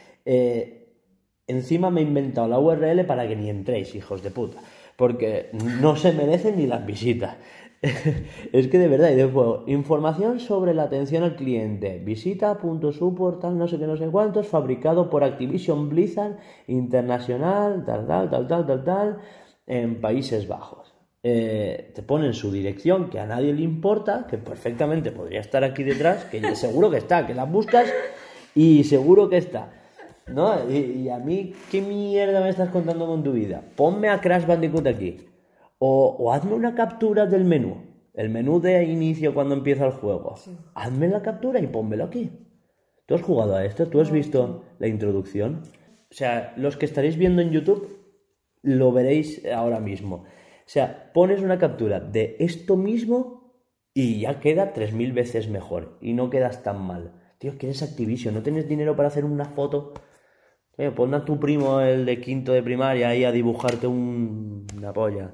Encima me he inventado la URL para que ni entréis, hijos de puta, porque no se merecen ni las visitas. Es que de verdad, y de juego, información sobre la atención al cliente, visita.support, tal, no sé qué, no sé cuántos, fabricado por Activision Blizzard Internacional, tal, en Países Bajos. Te ponen su dirección, que a nadie le importa, que perfectamente podría estar aquí detrás, que seguro que está, que la buscas y seguro que está, ¿no? Y a mí, ¿qué mierda me estás contando con tu vida? Ponme a Crash Bandicoot aquí. O hazme una captura del menú, el menú de inicio cuando empieza el juego. Sí. Hazme la captura y pónmelo aquí. ¿Tú has jugado a esto? ¿Tú has visto la introducción? O sea, los que estaréis viendo en YouTube lo veréis ahora mismo. O sea, pones una captura de esto mismo y ya queda 3000 veces mejor. Y no quedas tan mal. Tío, que eres Activision, no tienes dinero para hacer una foto. Pon a tu primo, el de quinto de primaria, ahí a dibujarte una polla.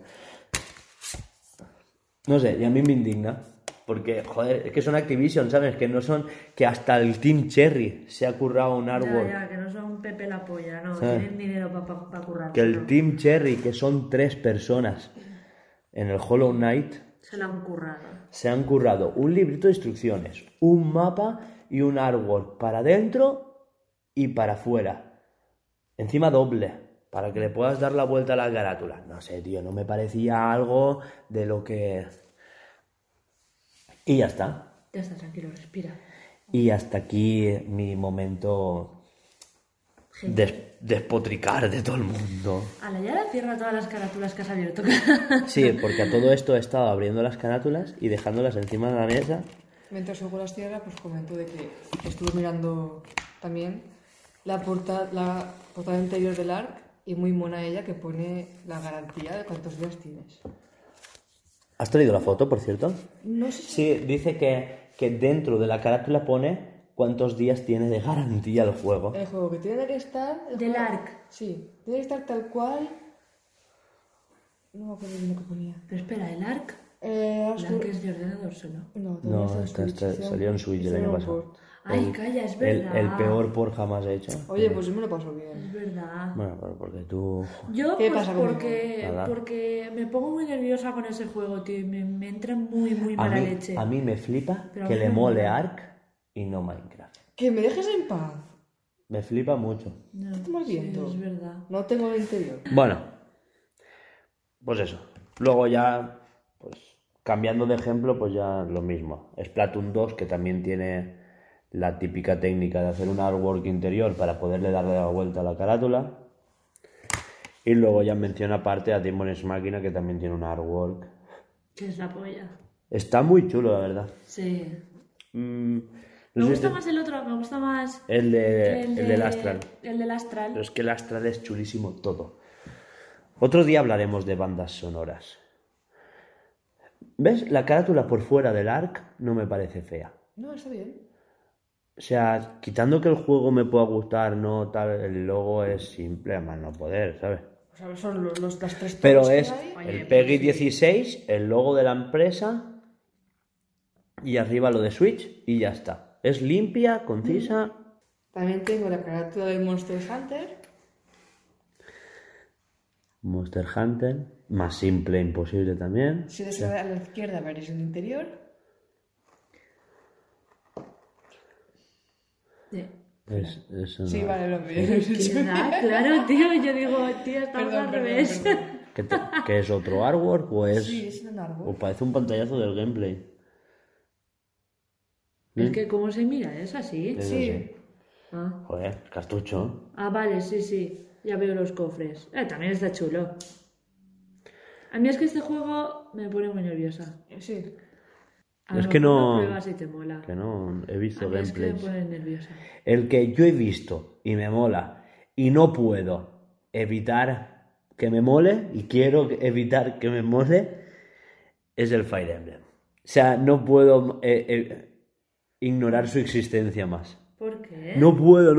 No sé, y a mí me indigna. Porque, joder, es que son Activision, ¿sabes? Que no son... Que hasta el Team Cherry se ha currado un artwork. Ya, que no son Pepe la polla, no. ¿Sabes? Tienen dinero para currar. Que el Team Cherry, que son 3 personas en el Hollow Knight... Se lo han currado. Se han currado un librito de instrucciones, un mapa y un artwork para dentro y para afuera. Encima doble, para que le puedas dar la vuelta a la carátula. No sé, tío, no me parecía algo de lo que... Y ya está. Ya está, tranquilo, respira. Y hasta aquí mi momento despotricar de todo el mundo. Ala, ya la cierra todas las carátulas que has abierto. Sí, porque a todo esto he estado abriendo las carátulas y dejándolas encima de la mesa. Mientras Hugo las cierra, pues comento de que estuve mirando también la portada interior del ARC y muy mona ella, que pone la garantía de cuántos días tienes. ¿Has traído la foto, por cierto? No sé si... Sí, dice que dentro de la carátula pone cuántos días tiene de garantía el juego. El juego que tiene que estar... Del ARC. Sí, tiene que estar tal cual... No me acuerdo bien lo que ponía. Pero espera, ¿el ARC? ¿El ARC es de ordenador solo? No, salió en Switch el año pasado. Ay, calla, es verdad. El peor por jamás hecho. Oye, pues yo me lo paso bien. Es verdad. Bueno, pero porque tú... Yo, ¿Qué pues pasa porque me pongo muy nerviosa con ese juego, tío, y me entra muy mala leche. A mí me flipa Pero que a mí le me mole mola. Ark y no Minecraft. Que me dejes en paz. Me flipa mucho. No, Estamos sí, viendo. es verdad. No tengo el interior. Bueno, pues eso. Luego ya, pues cambiando de ejemplo, pues ya lo mismo. Splatoon 2, que también tiene la típica técnica de hacer un artwork interior para poderle darle la vuelta a la carátula. Y luego ya menciona aparte a Demon's Machina, que también tiene un artwork. Que es la polla. Está muy chulo, la verdad. Sí. No Me sé gusta si más el otro, me gusta más... el del Astral. El del Astral. Pero es que el Astral es chulísimo todo. Otro día hablaremos de bandas sonoras. ¿Ves? La carátula por fuera del ARC no me parece fea. No, está bien. O sea, quitando que el juego me pueda gustar, no tal, el logo es simple, a más no poder, ¿sabes? O sea, son las tres Pero torres que es hay. Oye, el pues PEGI sí. 16, el logo de la empresa y arriba lo de Switch y ya está. Es limpia, concisa. También tengo la carátula del Monster Hunter. Monster Hunter, más simple imposible también. Si des a la izquierda veréis el interior. Sí. Eso Sí, no. vale, lo veo. ¿Verdad? Claro, tío. Yo digo, tío, estamos al revés. perdón. ¿Qué es otro artwork o es...? Sí, es un árbol. O parece un pantallazo del gameplay. Es que, ¿cómo se mira? ¿Es así? Es Sí. así. Ah. Joder, cartucho. Ah, vale, sí, sí. Ya veo los cofres. También está chulo. A mí es que este juego me pone muy nerviosa. Sí. A Es lo que mejor no- lo pruebas y te mola. Que no he visto A mí es que me gameplays. pone nerviosa. El que yo he visto y me mola y no puedo evitar que me mole y quiero evitar que me mole es el Fire Emblem. O sea, no puedo ignorar su existencia más. ¿Por qué? No puedo.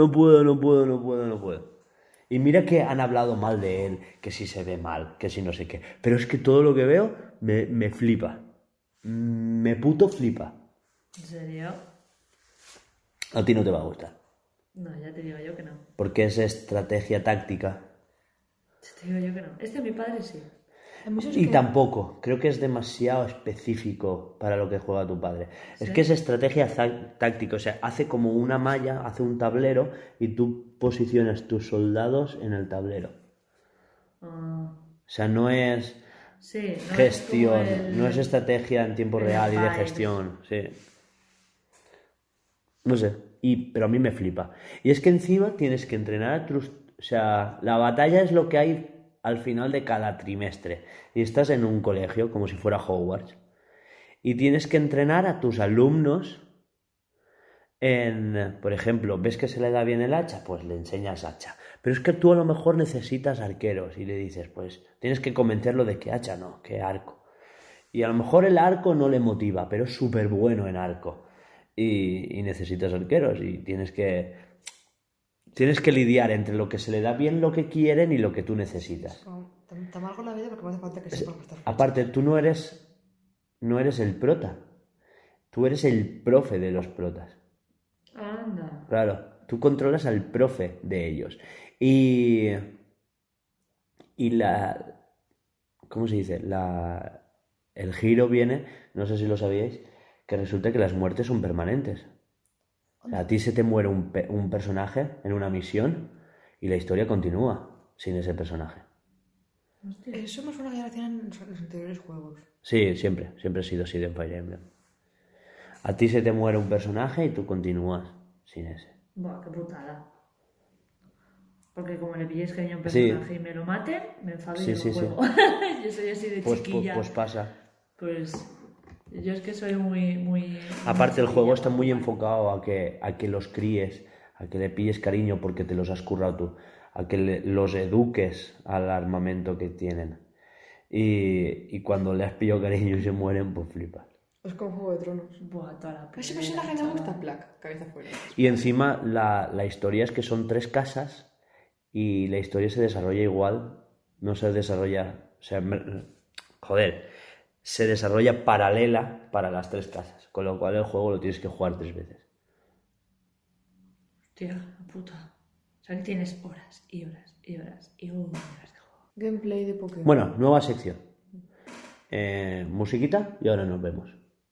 Y mira que han hablado mal de él, que si se ve mal, que si no sé qué. Pero es que todo lo que veo me flipa. Me puto flipa. ¿En serio? A ti no te va a gustar. No, ya te digo yo que no. Porque es estrategia táctica. Ya te digo yo que no. Este mi padre sí. A mí eso es Y que- tampoco, creo que es demasiado específico para lo que juega tu padre. Es que es estrategia táctica, o sea, hace como una malla, hace un tablero y tú posicionas tus soldados en el tablero. Ah, O sea, no es sí, no gestión, es como el- no es estrategia en tiempo el real y de Empire. gestión, sí. No sé, pero a mí me flipa. Y es que encima tienes que entrenar a tus... O sea, la batalla es lo que hay al final de cada trimestre. Y estás en un colegio, como si fuera Hogwarts. Y tienes que entrenar a tus alumnos en... Por ejemplo, ¿ves que se le da bien el hacha? Pues le enseñas hacha. Pero es que tú a lo mejor necesitas arqueros y le dices, pues tienes que convencerlo de que hacha no, que arco. Y a lo mejor el arco no le motiva, pero es súper bueno en arco. Y necesitas arqueros y tienes que lidiar entre lo que se le da bien, lo que quieren y lo que tú necesitas. Te amargo la vida porque me hace falta que sepas gastar. Aparte, tú no eres el prota. Tú eres el profe de los protas. Anda. Claro, tú controlas al profe de ellos. Y la... ¿Cómo se dice? El giro viene, no sé si lo sabíais, que resulta que las muertes son permanentes. O sea, a ti se te muere un personaje en una misión y la historia continúa sin ese personaje. Hostia. Eso me suena que ya lo hacían en los anteriores juegos. Sí, siempre ha sido así de Fire Emblem. A ti se te muere un personaje y tú continúas sin ese. Buah, qué putada. Porque como le pilléis cariño a un Sí. personaje y me lo maten, me enfado y Sí, no sí, sí. juego. Yo soy así de Pues chiquilla. pues pasa. Pues yo es que soy muy... Aparte, el muy juego chiquilla está para muy jugar. enfocado a que los críes, a que le pilles cariño porque te los has currado tú, a que los eduques al armamento que tienen. Y cuando le has pillado cariño y se mueren, pues flipas. Es como Juego de Tronos. Buah, toda la Ese pelea, personaje me chaval. gusta, Black, cabeza fuera. Y encima la historia es que son 3 casas y la historia se desarrolla igual, no se desarrolla, o sea, se desarrolla paralela para las 3 casas, con lo cual el juego lo tienes que jugar 3 veces. Hostia, la puta. O sea que tienes horas y horas y horas y horas de juego. Gameplay de Pokémon. Bueno, nueva sección. Musiquita y ahora nos vemos.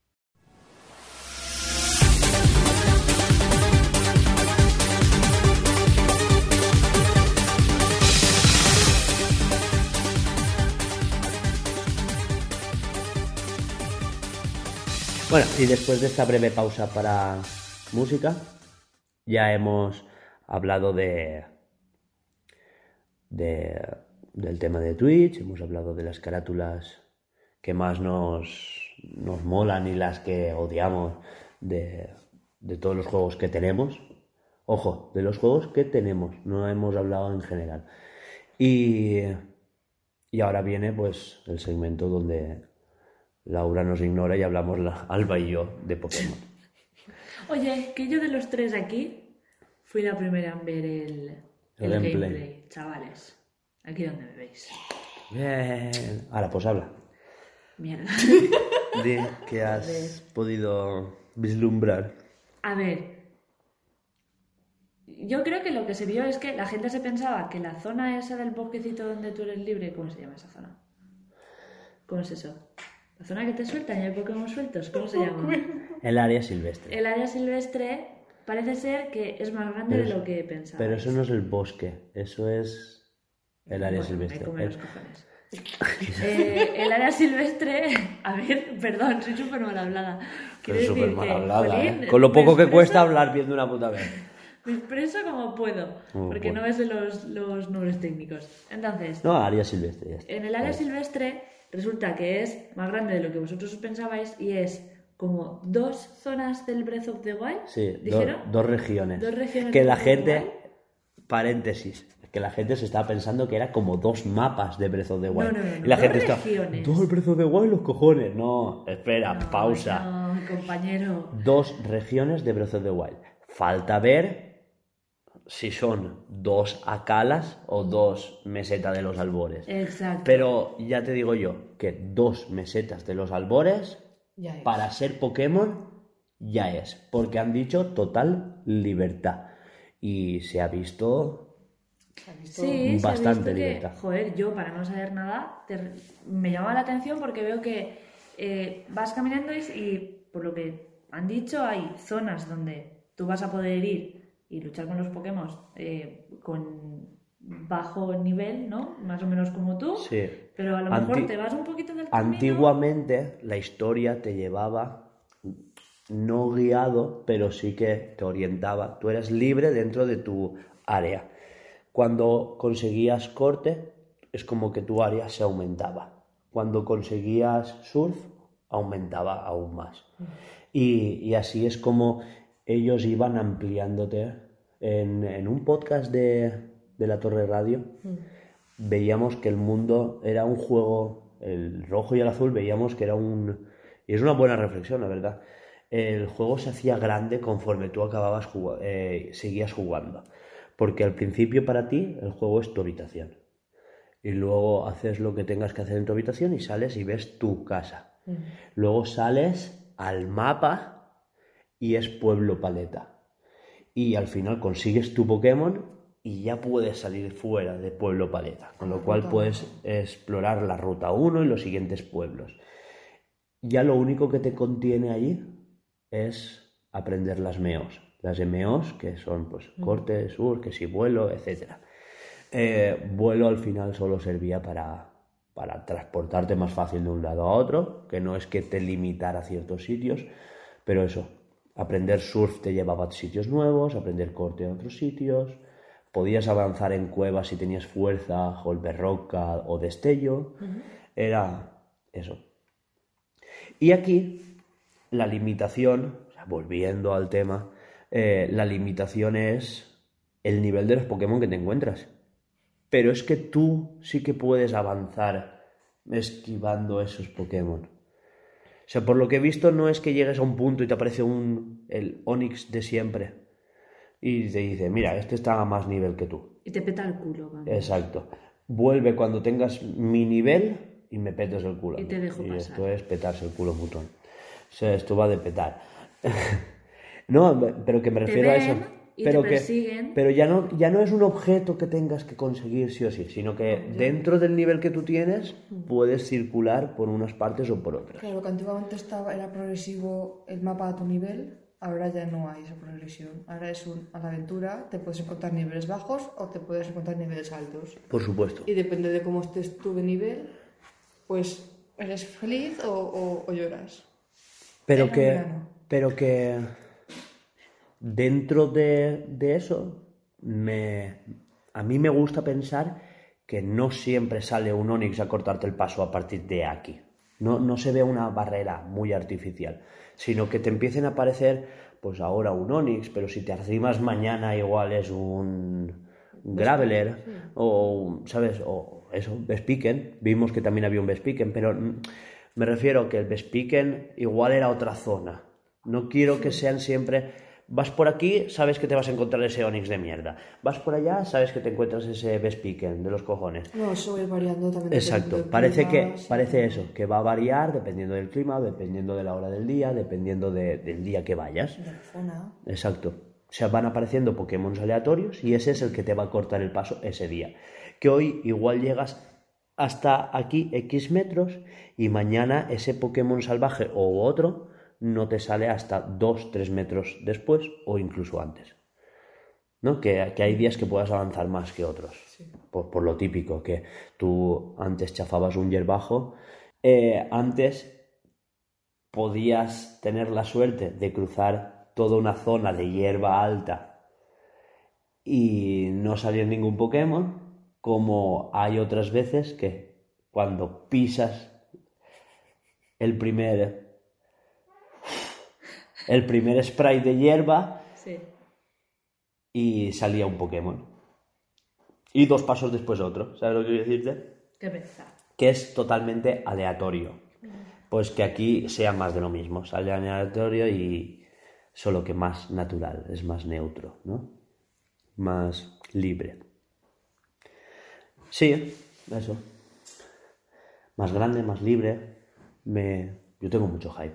Bueno, y después de esta breve pausa para música, ya hemos hablado de del tema de Twitch, hemos hablado de las carátulas que más nos molan y las que odiamos de todos los juegos que tenemos. Ojo, de los juegos que tenemos, no hemos hablado en general. Y ahora viene pues el segmento donde Laura nos ignora y hablamos Alba y yo de Pokémon. Oye, que yo de los tres aquí fui la primera en ver el gameplay, chavales. Aquí donde me veis. Bien. Ahora pues habla. Mierda. De que has podido vislumbrar. A ver, yo creo que lo que se vio es que la gente se pensaba que la zona esa del bosquecito donde tú eres libre, ¿cómo se llama esa zona? ¿Cómo es eso? ¿La zona que te sueltan y hay Pokémon sueltos? ¿Cómo se llama? El área silvestre. El área silvestre parece ser que es más grande de lo que pensaba. Pero eso no es el bosque, eso es el área silvestre. Me come los cojones. El área silvestre, a ver, perdón, soy súper mal hablada. Quiero decir súper mal hablada, ¿eh? Con lo poco que cuesta hablar viendo una puta vez. Me expreso como puedo, porque no me sé los nombres técnicos. Entonces, no, área silvestre. Ya está. En el área silvestre resulta que es más grande de lo que vosotros pensabais y es como 2 zonas del Breath of the Wild. Sí, ¿dijeron? Dos regiones. 2 regiones. Que la gente, paréntesis, que la gente se estaba pensando que era como 2 mapas de Breath of the Wild. No, y la gente regiones. está, 2 Breath of the Wild, los cojones. No, espera, pausa. No, compañero. 2 regiones de Breath of the Wild. Falta ver si son 2 Akalas o 2 mesetas de los albores. Exacto. Pero ya te digo yo que 2 mesetas de los albores para ser Pokémon ya es, porque han dicho total libertad y se ha visto sí, bastante se ha visto libertad. Joder, yo para no saber nada me llama la atención porque veo que vas caminando y por lo que han dicho hay zonas donde tú vas a poder ir y luchar con los Pokémon con bajo nivel, ¿no? Más o menos como tú. Sí. Pero a lo mejor te vas un poquito del camino. Antiguamente la historia te llevaba, no guiado, pero sí que te orientaba. Tú eras libre dentro de tu área. Cuando conseguías corte, es como que tu área se aumentaba. Cuando conseguías surf, aumentaba aún más. Y así es como ellos iban ampliándote. En un podcast de la Torre Radio veíamos que el mundo era un juego, el rojo y el azul veíamos que era y es una buena reflexión, la verdad. El juego se hacía grande conforme tú acababas seguías jugando, porque al principio para ti el juego es tu habitación y luego haces lo que tengas que hacer en tu habitación y sales y ves tu casa. Luego sales al mapa y es Pueblo Paleta. Y al final consigues tu Pokémon y ya puedes salir fuera de Pueblo Paleta, con lo cual puedes explorar la Ruta 1 y los siguientes pueblos. Ya lo único que te contiene allí es aprender las MEOs. Las MEOs, que son pues corte, sur, que si vuelo, etc. Vuelo al final solo servía para transportarte más fácil de un lado a otro, que no es que te limitara a ciertos sitios, pero eso, aprender surf te llevaba a sitios nuevos, aprender corte a otros sitios, podías avanzar en cuevas si tenías fuerza, golpe roca o destello, era eso. Y aquí la limitación, o sea, volviendo al tema, la limitación es el nivel de los Pokémon que te encuentras. Pero es que tú sí que puedes avanzar esquivando esos Pokémon. O sea, por lo que he visto no es que llegues a un punto y te aparece el Onix de siempre y te dice, mira, este está a más nivel que tú. Y te peta el culo. Vamos. Exacto. Vuelve cuando tengas mi nivel y me petes el culo. Y te dejo pasar. Esto es petarse el culo mutón. O sea, esto va de petar. No, pero que me refiero a eso. Y pero te persiguen. Pero ya no es un objeto que tengas que conseguir sí o sí, sino que dentro del nivel que tú tienes puedes circular por unas partes o por otras. Claro, que antiguamente era progresivo el mapa a tu nivel, ahora ya no hay esa progresión. Ahora es a la aventura, te puedes encontrar niveles bajos o te puedes encontrar niveles altos. Por supuesto. Y depende de cómo estés tú de nivel, pues eres feliz o lloras. Pero que dentro de eso, a mí me gusta pensar que no siempre sale un Onix a cortarte el paso a partir de aquí. No se ve una barrera muy artificial, sino que te empiecen a aparecer, pues ahora un Onix, pero si te arrimas mañana igual es un Graveler, sí. o, ¿sabes? O eso, Vespiquen. Vimos que también había un Vespiquen, pero me refiero que el Vespiquen igual era otra zona. No quiero que sean siempre... Vas por aquí, sabes que te vas a encontrar ese Onix de mierda. Vas por allá, sabes que te encuentras ese Vespiquen de los cojones. No, eso va a ir variando también. Exacto, dependiendo del parece clima, sí. eso, que va a variar dependiendo del clima, dependiendo de la hora del día, dependiendo del día que vayas. De la zona. Exacto. O sea, van apareciendo Pokémon aleatorios y ese es el que te va a cortar el paso ese día. Que hoy igual llegas hasta aquí X metros y mañana ese Pokémon salvaje o otro no te sale hasta 2-3 metros después o incluso antes. ¿No? Que hay días que puedas avanzar más que otros. Sí. Por lo típico, que tú antes chafabas un hierbajo, antes podías tener la suerte de cruzar toda una zona de hierba alta y no salir ningún Pokémon, como hay otras veces que cuando pisas el primer spray de hierba Sí. y salía un Pokémon. Y 2 pasos después otro. ¿Sabes lo que quiero decirte? Qué pensar. Que es totalmente aleatorio. Pues que aquí sea más de lo mismo. Sale aleatorio y solo que más natural, es más neutro, ¿no? Más libre. Sí, eso. Más grande, más libre. Yo tengo mucho hype.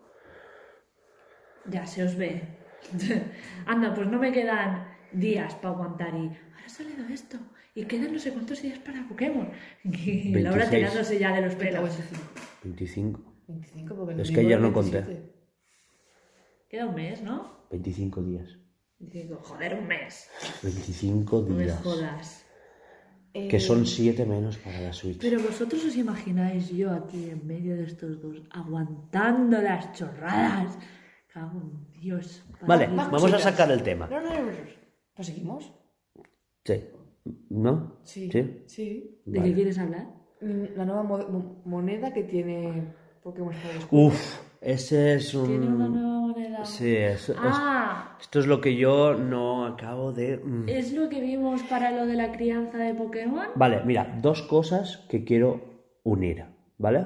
Ya se os ve. Anda, pues no me quedan días para aguantar y ahora ha salido esto y quedan no sé cuántos días para Pokémon. Y Laura 26. tirándose ya de los pelos. 25. 25, porque el Es que mínimo ayer no 27. conté. Queda un mes, ¿no? 25 días. Digo, joder, un mes. 25 No me días. jodas. Que son 7 menos para la Switch. Pero vosotros os imagináis yo aquí en medio de estos dos aguantando las chorradas. Cago en Dios. Vale, Más vamos a cositas. sacar el tema. No. ¿Pues seguimos? Sí. ¿No? Sí. ¿Sí? Sí. ¿De Vale. qué quieres hablar? La nueva moneda que tiene Pokémon Escudo. Uf, ese es un... Tiene una nueva moneda. Sí, Ah, esto es lo que yo no acabo de... ¿es lo que vimos para lo de la crianza de Pokémon? Vale, mira, 2 cosas que quiero unir, ¿vale?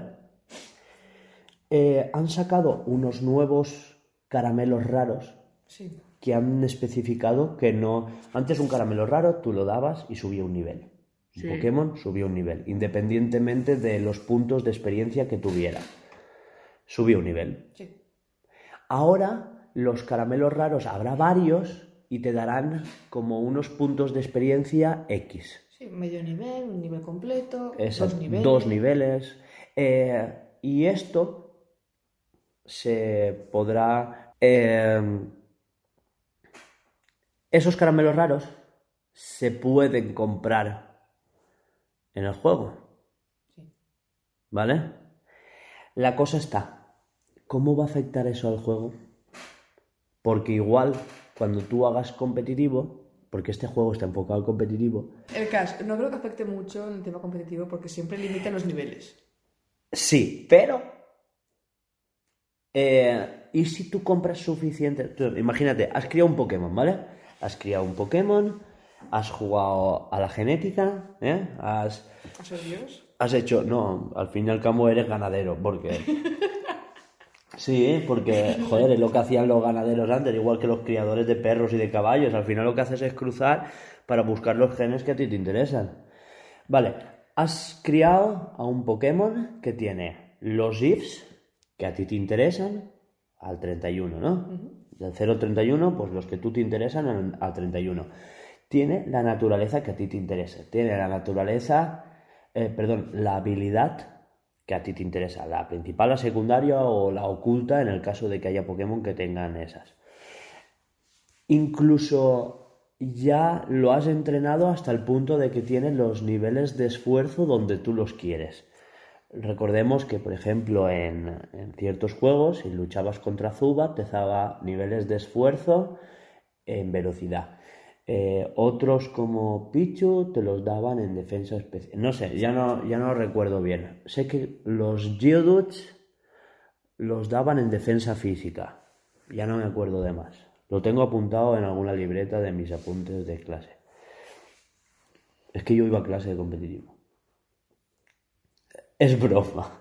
Han sacado unos nuevos caramelos raros Sí. que han especificado que no... Antes un caramelo raro tú lo dabas y subía un nivel. Un Sí. Pokémon subía un nivel, independientemente de los puntos de experiencia que tuviera. Subía un nivel. Sí. Ahora los caramelos raros habrá varios y te darán como unos puntos de experiencia X. Sí, medio nivel, un nivel completo, Exacto, 2 niveles. 2 niveles. Y esto se podrá... esos caramelos raros se pueden comprar en el juego. Sí. ¿Vale? La cosa está, ¿cómo va a afectar eso al juego? Porque igual, cuando tú hagas competitivo, porque este juego está enfocado al competitivo, El caso, no creo que afecte mucho en el tema competitivo porque siempre limitan los niveles. sí, pero... ¿y si tú compras suficiente? Tú, imagínate, has criado un Pokémon, ¿vale? Has criado un Pokémon, has jugado a la genética, has hecho... No, al fin y al cabo eres ganadero, porque... Sí, porque, joder, es lo que hacían los ganaderos antes, igual que los criadores de perros y de caballos. Al final lo que haces es cruzar para buscar los genes que a ti te interesan. Vale, has criado a un Pokémon que tiene los IFs que a ti te interesan al 31, ¿no? Del 0 al 31, pues los que tú te interesan al 31. Tiene la naturaleza que a ti te interesa. Tiene la naturaleza, la habilidad que a ti te interesa. La principal, la secundaria o la oculta en el caso de que haya Pokémon que tengan esas. Incluso ya lo has entrenado hasta el punto de que tienes los niveles de esfuerzo donde tú los quieres. Recordemos que, por ejemplo, en ciertos juegos, si luchabas contra Zubat, te daba niveles de esfuerzo en velocidad. Otros como Pichu te los daban en defensa especial. No sé, ya no recuerdo bien. Sé que los Geodudes los daban en defensa física. Ya no me acuerdo de más. Lo tengo apuntado en alguna libreta de mis apuntes de clase. Es que yo iba a clase de competitivo. Es broma.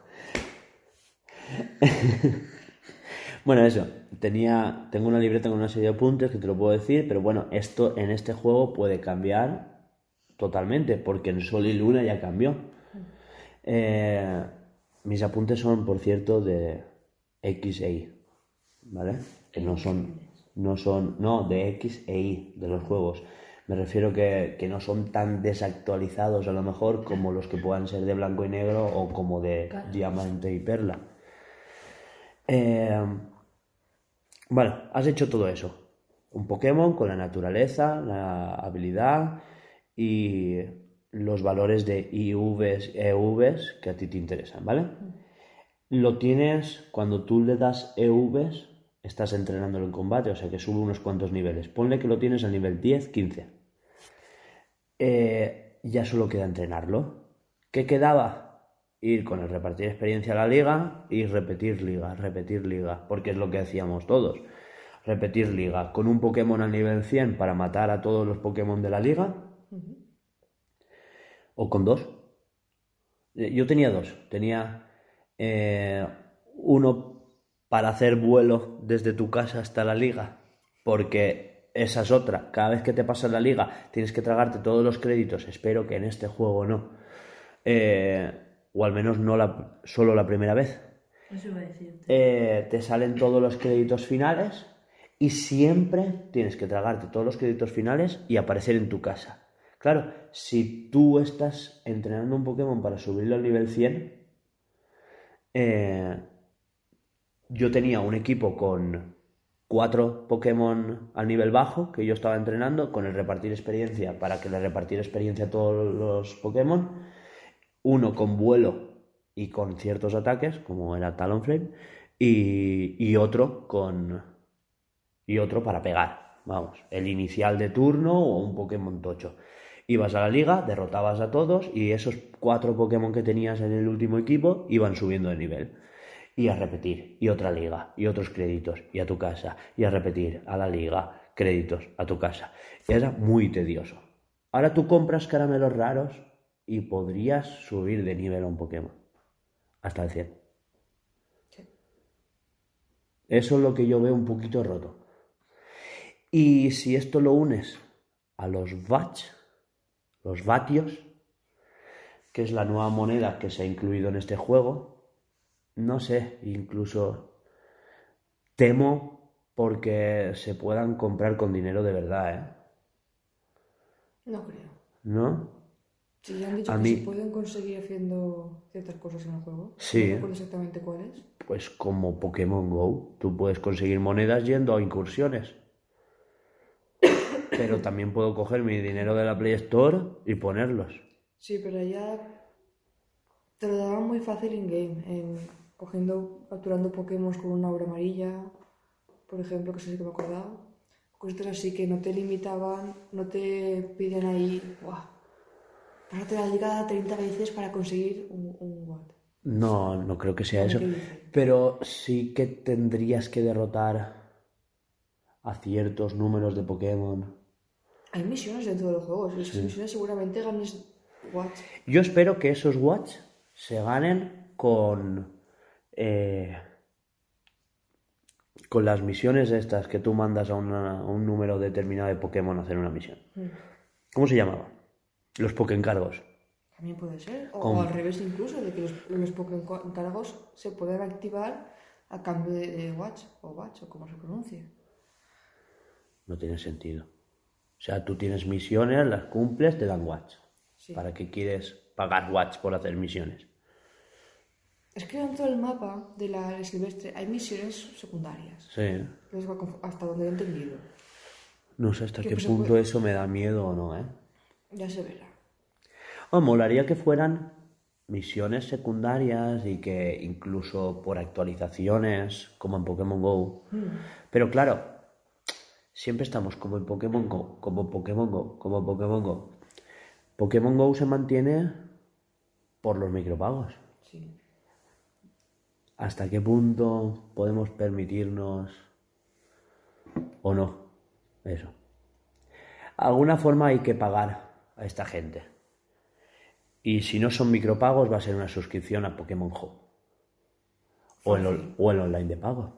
Bueno, eso. Tengo una libreta con una serie de apuntes que te lo puedo decir, pero bueno, esto en este juego puede cambiar totalmente, porque en Sol y Luna ya cambió. Mis apuntes son, por cierto, de X e Y, ¿vale? Que no, de X e Y, de los juegos. Me refiero que no son tan desactualizados a lo mejor como los que puedan ser de blanco y negro o como de diamante y perla. Bueno, has hecho todo eso. Un Pokémon con la naturaleza, la habilidad y los valores de IVs, EVs que a ti te interesan, ¿vale? Lo tienes, cuando tú le das EVs, estás entrenándolo en combate, o sea que sube unos cuantos niveles. Ponle que lo tienes al nivel 10, 15. Ya solo queda entrenarlo. ¿Qué quedaba? Ir con el repartir experiencia a la liga y repetir liga, porque es lo que hacíamos todos. Repetir liga con un Pokémon al nivel 100 para matar a todos los Pokémon de la liga. O con 2. Yo tenía 2. Tenía uno para hacer vuelo desde tu casa hasta la liga, porque esa es otra. Cada vez que te pasas la liga tienes que tragarte todos los créditos. Espero que en este juego no. O al menos no solo la primera vez. Eso iba a decirte. Te salen todos los créditos finales y siempre tienes que tragarte todos los créditos finales y aparecer en tu casa. Claro, si tú estás entrenando un Pokémon para subirlo al nivel 100, yo tenía un equipo con 4 Pokémon al nivel bajo que yo estaba entrenando con el repartir experiencia para que le repartiera experiencia a todos los Pokémon. Uno con vuelo y con ciertos ataques, como era Talonflame, y otro para pegar. Vamos, el inicial de turno o un Pokémon tocho. Ibas a la liga, derrotabas a todos y esos 4 Pokémon que tenías en el último equipo iban subiendo de nivel. Y a repetir, y otra liga, y otros créditos, y a tu casa, y a repetir, a la liga, créditos, a tu casa. Era muy tedioso. Ahora tú compras caramelos raros y podrías subir de nivel a un Pokémon hasta el 100. Sí. Eso es lo que yo veo un poquito roto. Y si esto lo unes a los vatios, que es la nueva moneda que se ha incluido en este juego, no sé, incluso temo porque se puedan comprar con dinero de verdad, ¿eh? No creo. ¿No? Sí, ya han dicho que se pueden conseguir haciendo ciertas cosas en el juego. Sí. No recuerdo exactamente cuáles. Pues como Pokémon Go, tú puedes conseguir monedas yendo a incursiones. Pero también puedo coger mi dinero de la Play Store y ponerlos. Sí, pero ya te lo daban muy fácil in-game, capturando Pokémon con una aura amarilla, por ejemplo, que eso sí que me acordaba. Cosas así que no te limitaban, no te piden ahí, ¡buah! Pásate la liga 30 veces para conseguir un Watt. No creo que sea eso. Pero sí que tendrías que derrotar a ciertos números de Pokémon. Hay misiones dentro del juego. Esas misiones seguramente ganes Watts. Yo espero que esos Watts se ganen con las misiones estas que tú mandas a un número determinado de Pokémon a hacer una misión. ¿Cómo se llamaba? Los Pokéncargos. También puede ser. O al revés incluso, de que los Pokéncargos se pueden activar a cambio de Watts o como se pronuncie. No tiene sentido. O sea, tú tienes misiones, las cumples, te dan Watts. Sí. ¿Para qué quieres pagar Watts por hacer misiones? Es que dentro del mapa de la Silvestre hay misiones secundarias. Sí. Hasta donde he entendido. No sé hasta qué punto eso me da miedo o no, ¿eh? Ya se verá. Molaría que fueran misiones secundarias y que incluso por actualizaciones, como en Pokémon GO. Pero claro, siempre estamos como en Pokémon Go, como Pokémon Go, como Pokémon Go. Pokémon Go se mantiene por los micropagos. Sí. ¿Hasta qué punto podemos permitirnos o no eso? Alguna forma hay que pagar a esta gente. Y si no son micropagos, va a ser una suscripción a Pokémon Home. O el online de pago.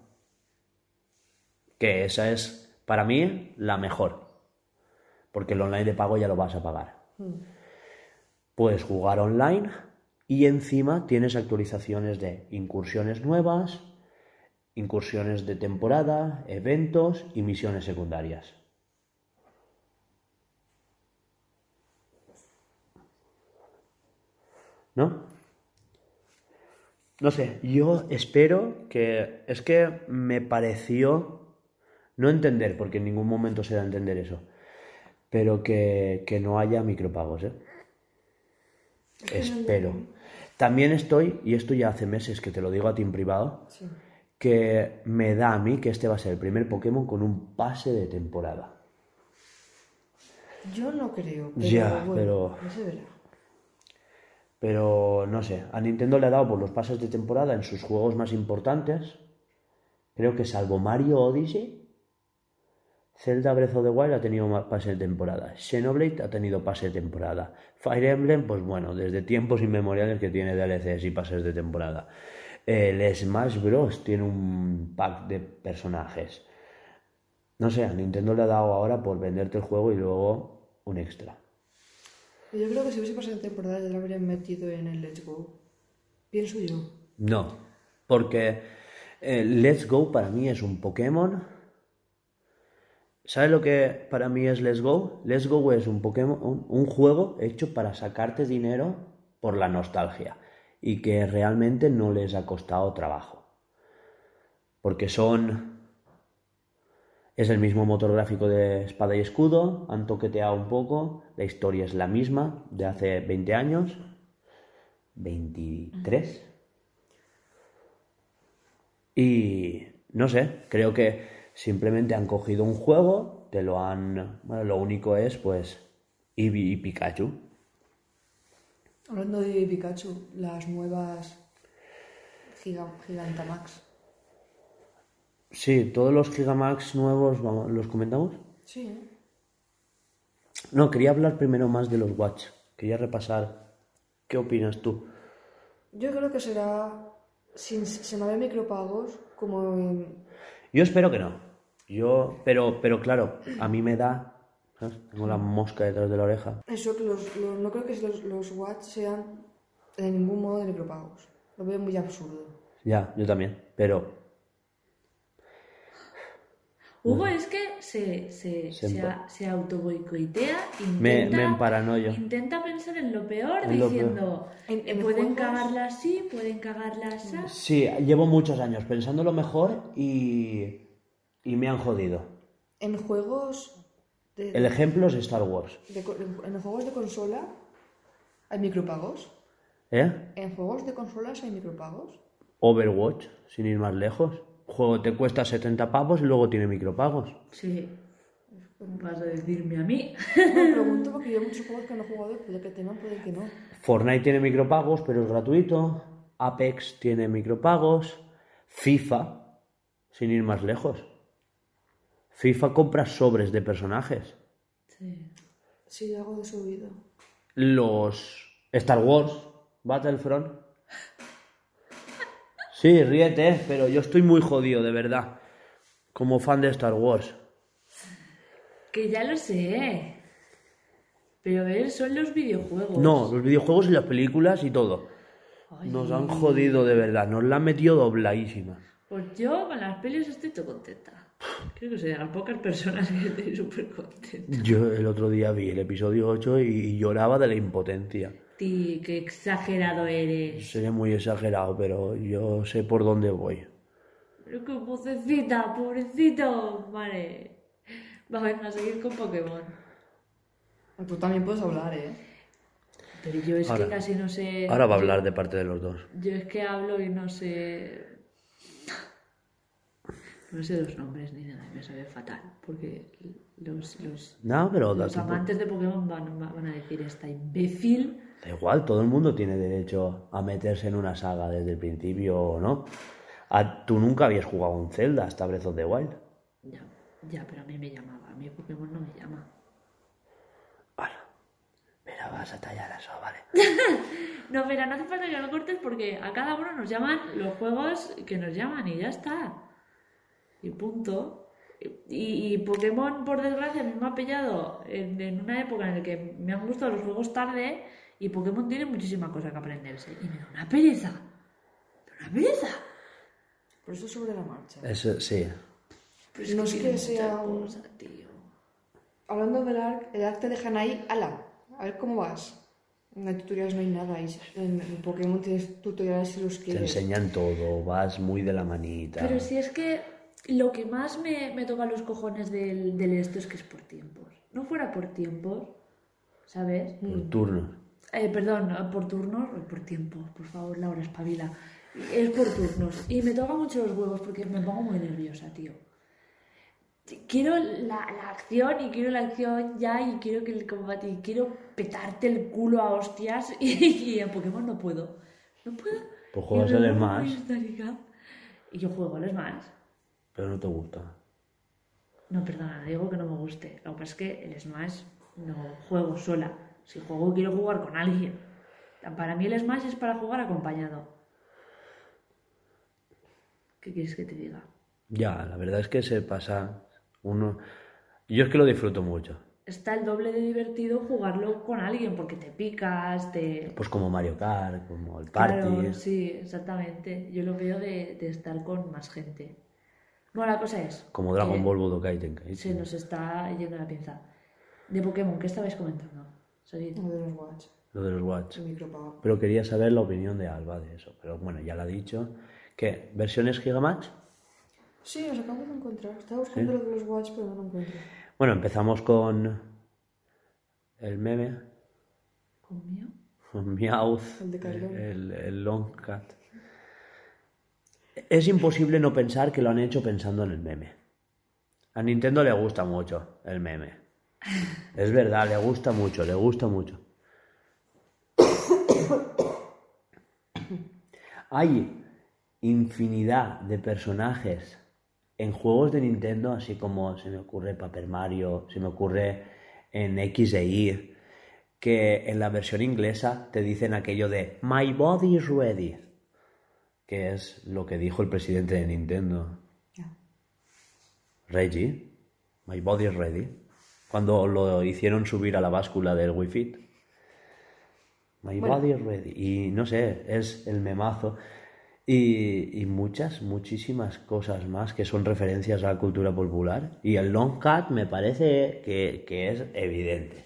Que esa es, para mí, la mejor. Porque el online de pago ya lo vas a pagar. Puedes jugar online y encima tienes actualizaciones de incursiones nuevas, incursiones de temporada, eventos y misiones secundarias. ¿No? No sé, yo espero que... Es que me pareció no entender, porque en ningún momento se da a entender eso, pero que no haya micropagos, ¿eh? Espero. También estoy, y esto ya hace meses que te lo digo a ti en privado, Sí. que me da a mí que este va a ser el primer Pokémon con un pase de temporada. Yo no creo, pero Ya, bueno, pero- no se verá. Pero no sé, a Nintendo le ha dado por los pases de temporada en sus juegos más importantes. Creo que salvo Mario Odyssey, Zelda Breath of the Wild ha tenido pase de temporada. Xenoblade ha tenido pase de temporada. Fire Emblem, pues bueno, desde tiempos inmemoriales que tiene DLCs y pases de temporada. El Smash Bros. Tiene un pack de personajes. No sé, a Nintendo le ha dado ahora por venderte el juego y luego un extra. Yo creo que si hubiese pasado temporada ya lo habrían metido en el Let's Go. Pienso yo. No, porque Let's Go para mí es un Pokémon. ¿Sabes lo que para mí es Let's Go? Let's Go es un Pokémon, un juego hecho para sacarte dinero por la nostalgia y que realmente no les ha costado trabajo. Porque es el mismo motor gráfico de Espada y Escudo, han toqueteado un poco, la historia es la misma de hace 20 años, 23. Y no sé, creo que simplemente han cogido un juego, bueno, lo único es pues Eevee y Pikachu. Hablando de Pikachu, las nuevas Gigantamax. Sí, todos los Gigamax nuevos, ¿los comentamos? Sí, ¿eh? No, quería hablar primero más de los Watch. Quería repasar. ¿Qué opinas tú? Yo creo que será sin haber micropagos, como en... Yo espero que no. Pero claro, a mí me da... ¿sabes? Tengo la mosca detrás de la oreja. Eso, que no creo que los Watch sean de ningún modo de micropagos. Lo veo muy absurdo. Ya, yo también. Pero Hugo es que se autoboicotea, me emparanoio. intenta pensar en lo peor, En lo diciendo, En pueden juegos- cagarla así, pueden cagarla así. Sí, llevo muchos años pensando lo mejor y me han jodido. En juegos El ejemplo es Star Wars. en juegos de consola hay micropagos. ¿Eh? En juegos de consolas hay micropagos. Overwatch, sin ir más lejos. Juego te cuesta 70 pavos y luego tiene micropagos. Sí. Vas a decirme a mí. Me pregunto porque yo hay muchos juegos que no he jugado, puede que tengan, puede que no. Fortnite tiene micropagos, pero es gratuito. Apex tiene micropagos. FIFA, sin ir más lejos. FIFA compra sobres de personajes. Sí. Sí, algo de su vida. Los Star Wars, Battlefront. Sí, ríete, pero yo estoy muy jodido, de verdad. Como fan de Star Wars. Que ya lo sé. Pero a ver, son los videojuegos. No, los videojuegos y las películas y todo. Ay. Nos han jodido de verdad, nos la han metido dobladísima. Pues yo con las pelis estoy todo contenta. Creo que soy de las pocas personas que estoy súper contenta. Yo el otro día vi el episodio 8 y lloraba de la impotencia. Ti, qué exagerado eres. Sería muy exagerado, pero yo sé por dónde voy. Pero qué vocecita, pobrecito. Vale. Vamos a seguir con Pokémon. Tú también puedes hablar, ¿eh? Pero yo es Ahora. que casi no sé... Ahora va a hablar de parte de los dos. Yo es que hablo y no sé... No sé los nombres ni nada, me sabe fatal, porque No, pero los amantes de Pokémon van a decir esta imbécil. da igual, todo el mundo tiene derecho a meterse en una saga desde el principio o no. Tú nunca habías jugado un Zelda hasta Breath of the Wild. Ya, pero a mí me llamaba, a mí Pokémon no me llama. Vale, pero vas a tallar eso, ¿vale? No, mira, no hace falta que lo cortes porque a cada uno nos llaman los juegos que nos llaman y ya está. Y punto. Y Pokémon, por desgracia, a mí me ha pillado en una época en la que me han gustado los juegos tarde y Pokémon tiene muchísima cosa que aprenderse. Y me da una pereza. ¡Una pereza! Por eso sobre la marcha. Eso, sí. Pero No es que tiene sea mucha un- cosa, tío. Hablando del ARC, el ARC te dejan ahí, ala, a ver cómo vas. No hay tutoriales, no hay nada. En Pokémon tienes tutoriales si los Te quieres. enseñan todo, vas muy de la manita. Pero si es que lo que más me toca los cojones del esto es que es por tiempos. No fuera por tiempos, ¿sabes? Por turnos. Perdón, por turnos o por tiempos, por favor, Laura, espabila. Es por turnos. Y me toca mucho los huevos porque me pongo muy nerviosa, tío. Quiero la acción y quiero la acción ya y quiero que el combate y quiero petarte el culo a hostias y en Pokémon no puedo. No puedo. Pues juegas Y me al pongo Smash. muy histérica. Y yo juego al Smash. Pero no te gusta. No, perdona, digo que no me guste. Lo que pasa es que el Smash no juego sola. Si juego quiero jugar con alguien. Para mí el Smash es para jugar acompañado. ¿Qué quieres que te diga? Ya, la verdad es que se pasa uno... Yo es que lo disfruto mucho. Está el doble de divertido jugarlo con alguien porque te picas, te... Pues como Mario Kart, como el Party. Claro, sí, exactamente. Yo lo veo de estar con más gente. Bueno, la cosa es... Como Dragon que Ball Budokai Tenkaichi. se nos está yendo la pinza. De Pokémon, ¿qué estabais comentando? Soy... Lo de los Watch, Lo de los Watch. el micropago. Pero quería saber la opinión de Alba de eso. Pero bueno, ya lo ha dicho. ¿Qué? ¿Versiones Gigamax? Sí, los acabo de encontrar. Estaba buscando lo de los Watch, pero no lo encuentro. Bueno, empezamos con el meme. ¿Con mío? Con Meowth. El de Carlón. El Long Cat. Es imposible no pensar que lo han hecho pensando en el meme. A Nintendo le gusta mucho el meme. Es verdad, le gusta mucho, le gusta mucho. Hay infinidad de personajes en juegos de Nintendo, así como se me ocurre Paper Mario, se me ocurre en X e Y, que en la versión inglesa te dicen aquello de My body is ready, que es lo que dijo el presidente de Nintendo. Ya. Reggie, my body is ready. Cuando lo hicieron subir a la báscula del Wii Fit. My body is ready. Y no sé, es el memazo. Y muchísimas cosas más que son referencias a la cultura popular. Y el Long Cat me parece que es evidente.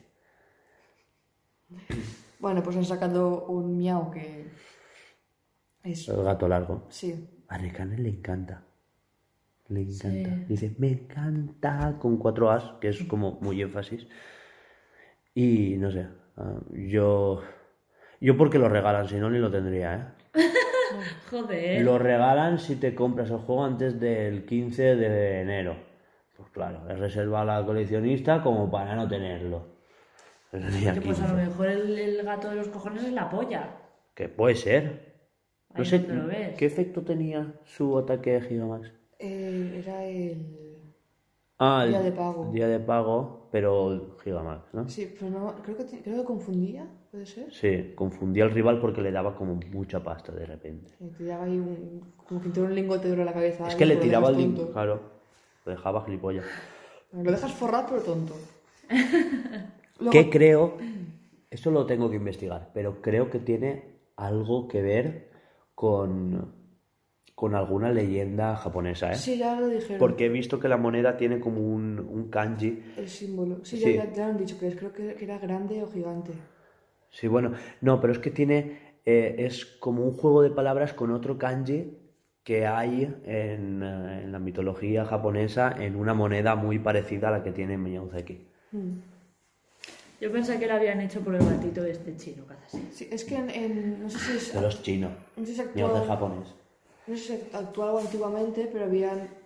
Bueno, pues han sacado un Miau que es... El gato largo. Sí. A Recane le encanta. Le encanta. Sí. Dice, me encanta, con 4 As, que es como muy énfasis. Y no sé, yo porque lo regalan, si no ni lo tendría, ¿eh? Joder. Lo regalan si te compras el juego antes del 15 de enero. Pues claro, es reserva a la coleccionista como para no tenerlo. El día Que pues a 15. lo mejor el gato de los cojones es la polla. Que puede ser. No Ahí sé donde lo ves. qué efecto tenía su ataque de Gigamax. Era el... El Día de pago. Día de pago, pero Gigamax, ¿no? Sí, pero no, creo que confundía, ¿puede ser? Sí, confundía al rival porque le daba como mucha pasta de repente. Te tiraba ahí como que tenía un lingote de oro en la cabeza. Es y que le lo tiraba dejas el tonto. claro, lo dejaba gilipollas. Lo dejas forrado pero tonto. Luego- Que creo, esto lo tengo que investigar, pero creo que tiene algo que ver con alguna leyenda japonesa, ¿eh? Sí, ya lo dijeron. Porque he visto que la moneda tiene como un kanji. El símbolo. Sí, Sí. ya lo han dicho, que creo que era grande o gigante. Sí, bueno, no, pero es que tiene, es como un juego de palabras con otro kanji que hay en la mitología japonesa en una moneda muy parecida a la que tiene Miyazaki. Yo pensé que lo habían hecho por el gatito este chino que hace así. Sí, es que no sé si es... Pero es chino, No sé si Miyazaki es actual, japonés. no sé si actuó algo antiguamente, pero habían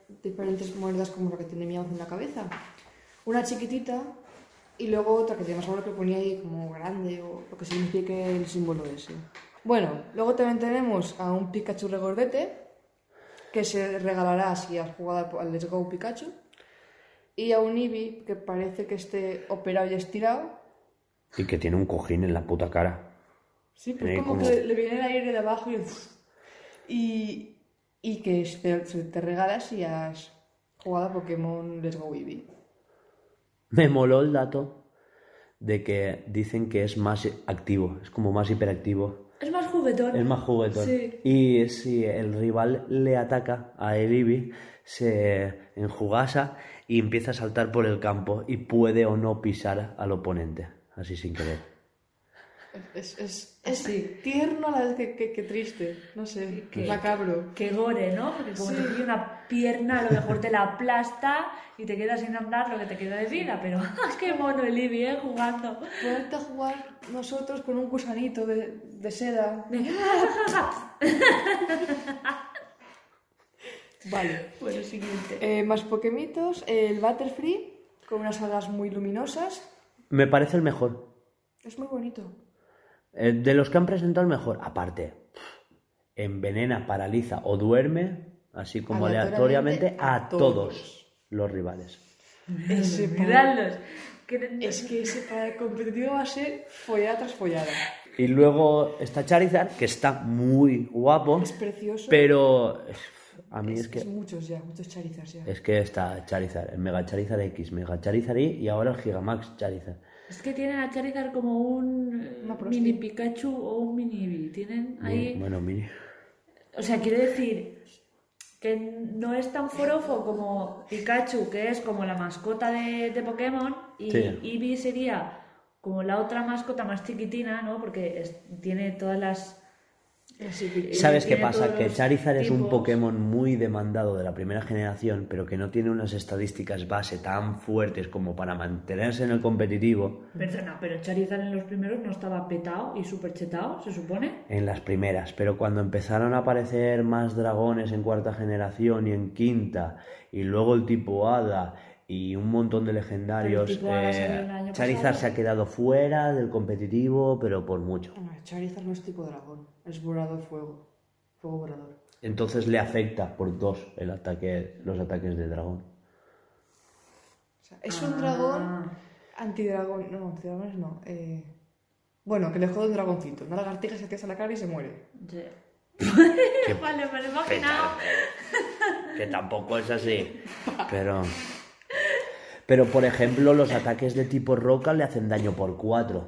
diferentes monedas como la que tiene Meowth en la cabeza. Una chiquitita y luego otra que tiene más sabor que ponía ahí como grande o lo que signifique el símbolo ese. Bueno, luego también tenemos a un Pikachu regordete que se regalará si has jugado al Let's Go Pikachu. Y a un Eevee que parece que esté operado y estirado. Y que tiene un cojín en la puta cara. Sí, pues como que le viene el aire de abajo y que se te regala si has jugado a Pokémon Let's Go Eevee. Me moló el dato de que dicen que es más activo, es como más hiperactivo. Es más juguetón. Es más juguetón. Sí. Y si el rival le ataca a el Eevee, se enjugasa y empieza a saltar por el campo y puede o no pisar al oponente, así sin querer. Es Sí. tierno a la vez que triste, no sé, macabro. Que gore, ¿no? Porque como te pide una pierna, a lo mejor te la aplasta y te quedas sin andar lo que te queda de vida, pero es que mono el Eevee, jugando. Poderte jugar nosotros con un gusanito de seda. Vale. Bueno, siguiente. Más Pokémitos, el Butterfree, con unas alas muy luminosas. Me parece el mejor. Es muy bonito. De los que han presentado el mejor. Aparte, envenena, paraliza o duerme, así como aleatoriamente a todos los rivales. Miradlos. Es que ese para el competitivo va a ser follada tras follada. Y luego está Charizard, que está muy guapo. Es precioso. Pero a mí es que... muchos Charizards ya. Es que está Charizard, el Mega Charizard X, Mega Charizard Y y ahora el Gigamax Charizard. Es que tienen a Charizard como un mini Pikachu o un mini Eevee. Tienen ahí... Bueno, mini. O sea, quiere decir que no es tan forofo como Pikachu, que es como la mascota de Pokémon, y Sí. Eevee sería como la otra mascota más chiquitina, ¿no? Porque tiene todas las... ¿Sabes qué tiene pasa? todos Que los Charizard es un tipos. Pokémon muy demandado de la primera generación, pero que no tiene unas estadísticas base tan fuertes como para mantenerse en el competitivo. Perdona, pero Charizard en los primeros no estaba petado y súper chetado, se supone. En las primeras, pero cuando empezaron a aparecer más dragones en cuarta generación y en quinta, y luego el tipo Hada y un montón de legendarios, Pero el tipo Hada salió el año Charizard pasado. se ha quedado fuera del competitivo, pero por mucho. Charizard no es tipo dragón, es volador fuego volador. Entonces le afecta por dos los ataques de dragón. O sea, es un dragón antidragón, no, antidragones no. Bueno, que le jode un dragoncito, una lagartija se te a la cara y se muere. Sí. Vale, me lo he imaginado. Que tampoco es así. Pero por ejemplo, los ataques de tipo roca le hacen daño por 4.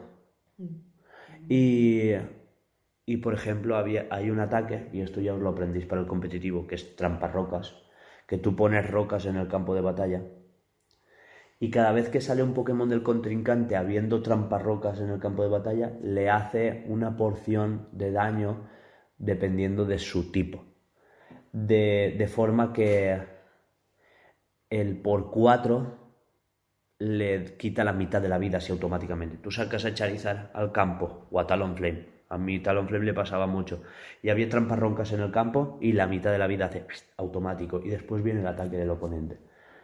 Y por ejemplo, hay un ataque, y esto ya os lo aprendéis para el competitivo, que es trampas rocas, que tú pones rocas en el campo de batalla. Y cada vez que sale un Pokémon del contrincante habiendo trampas rocas en el campo de batalla, le hace una porción de daño dependiendo de su tipo. De forma que el por 4 le quita la mitad de la vida así automáticamente. Tú sacas a Charizard al campo o a Talonflame. A mí Talonflame le pasaba mucho. Y había trampas roncas en el campo y la mitad de la vida hace automático. Y después viene el ataque del oponente.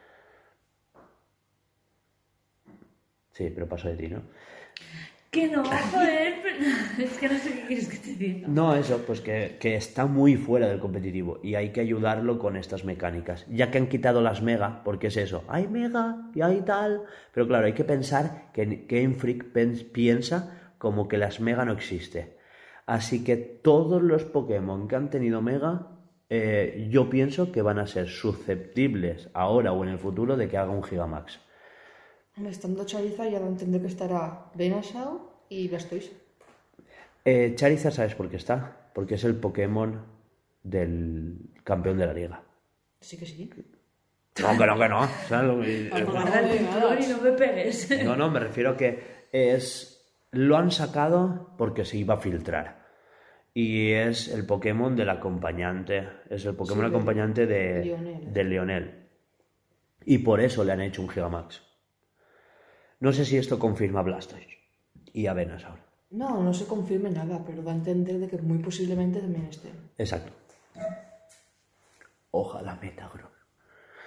Sí, pero paso de ti, ¿no? Que no, joder, es que no sé qué quieres que te diga. No, eso, pues que está muy fuera del competitivo y hay que ayudarlo con estas mecánicas. Ya que han quitado las mega, porque es eso, hay mega y hay tal. Pero claro, hay que pensar que Game Freak piensa como que las mega no existe. Así que todos los Pokémon que han tenido mega, yo pienso que van a ser susceptibles ahora o en el futuro de que haga un Gigamax. Estando Charizard ya no entiendo que estará Venusaur y Blastoise. Charizard, ¿sabes por qué está? Porque es el Pokémon del campeón de la liga. Sí que sí. No, que no. ¿Sabes? Guarda el cinturón y no me pegues. No, me refiero a que lo han sacado porque se iba a filtrar. Y es el Pokémon del acompañante. Es el Pokémon acompañante de Lionel. Y por eso le han hecho un Gigamax. No sé si esto confirma a Blastoise y a Venusaur. No se confirme nada, pero da a entender de que muy posiblemente también estén. Exacto. Ojalá Metagross.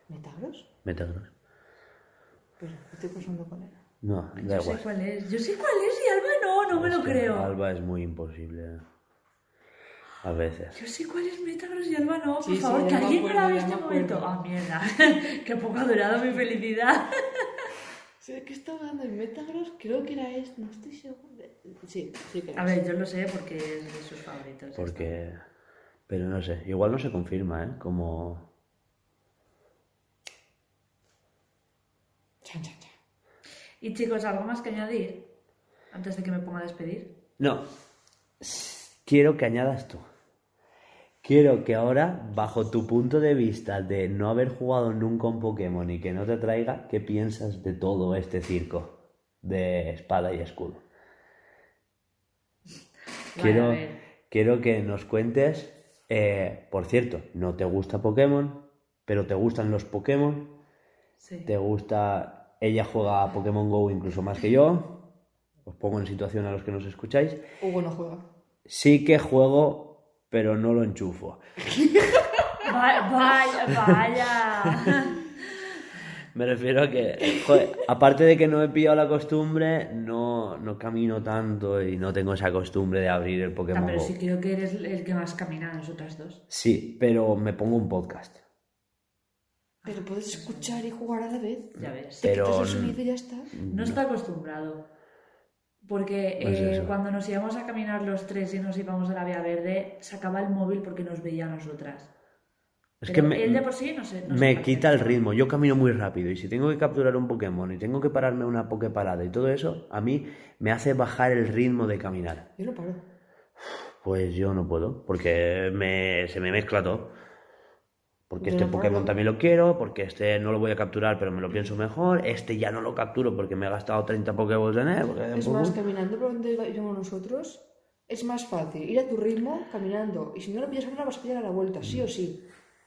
¿Metagross? Metagross. Pero estoy pensando cuál era. No, da Yo sé igual. cuál es. Yo sé cuál es y Alba no me lo Es que creo. Alba es muy imposible. A veces. Yo sé cuál es Metagross y Alba no. Por Sí, favor, sí, que ya me alguien me acuerdo, la ve ya este me momento. acuerdo. Ah, mierda. Qué poco ha durado mi felicidad. Sé que estaba dando en Metagross, creo que era este, no estoy segura. Sí que era A ver, yo lo sé porque es de sus favoritos. Porque... Pero no sé, igual no se confirma, ¿eh? Como... Chan, chan, chan. Y chicos, ¿algo más que añadir? Antes de que me ponga a despedir. No. Quiero que añadas tú. Quiero que ahora, bajo tu punto de vista de no haber jugado nunca un Pokémon y que no te traiga, ¿qué piensas de todo este circo de espada y escudo? Vale, a ver. Quiero que nos cuentes, por cierto, no te gusta Pokémon, pero te gustan los Pokémon, Sí. te gusta, ella juega a Pokémon GO incluso más que yo, os pongo en situación a los que nos escucháis, Hugo no juega. sí que juego, pero no lo enchufo. Vaya. Me refiero a que, joder, aparte de que no he pillado la costumbre, no camino tanto y no tengo esa costumbre de abrir el Pokémon Pero GO. sí creo que eres el que más camina de nosotras dos. Sí, pero me pongo un podcast. Pero puedes escuchar y jugar a la vez. Ya ves. Te Pero quitas el sonido y ya está. No está acostumbrado. Porque Pues eso. cuando nos íbamos a caminar los tres y nos íbamos a la Vía Verde, sacaba el móvil porque nos veía a nosotras. Es Pero que él de por sí no sé. me quita el ritmo. Yo camino muy rápido y si tengo que capturar un Pokémon y tengo que pararme a una Poképarada y todo eso, a mí me hace bajar el ritmo de caminar. Yo no paro. Pues yo no puedo, porque se me mezcla todo. Porque Yo este no puedo. Pokémon también lo quiero, porque este no lo voy a capturar, pero me lo pienso mejor. Este ya no lo capturo porque me he gastado 30 Pokéballs en él. porque- Es más, caminando por donde íbamos nosotros, es más fácil ir a tu ritmo caminando. Y si no lo pillas ahora, vas a pillar a la vuelta, sí o sí.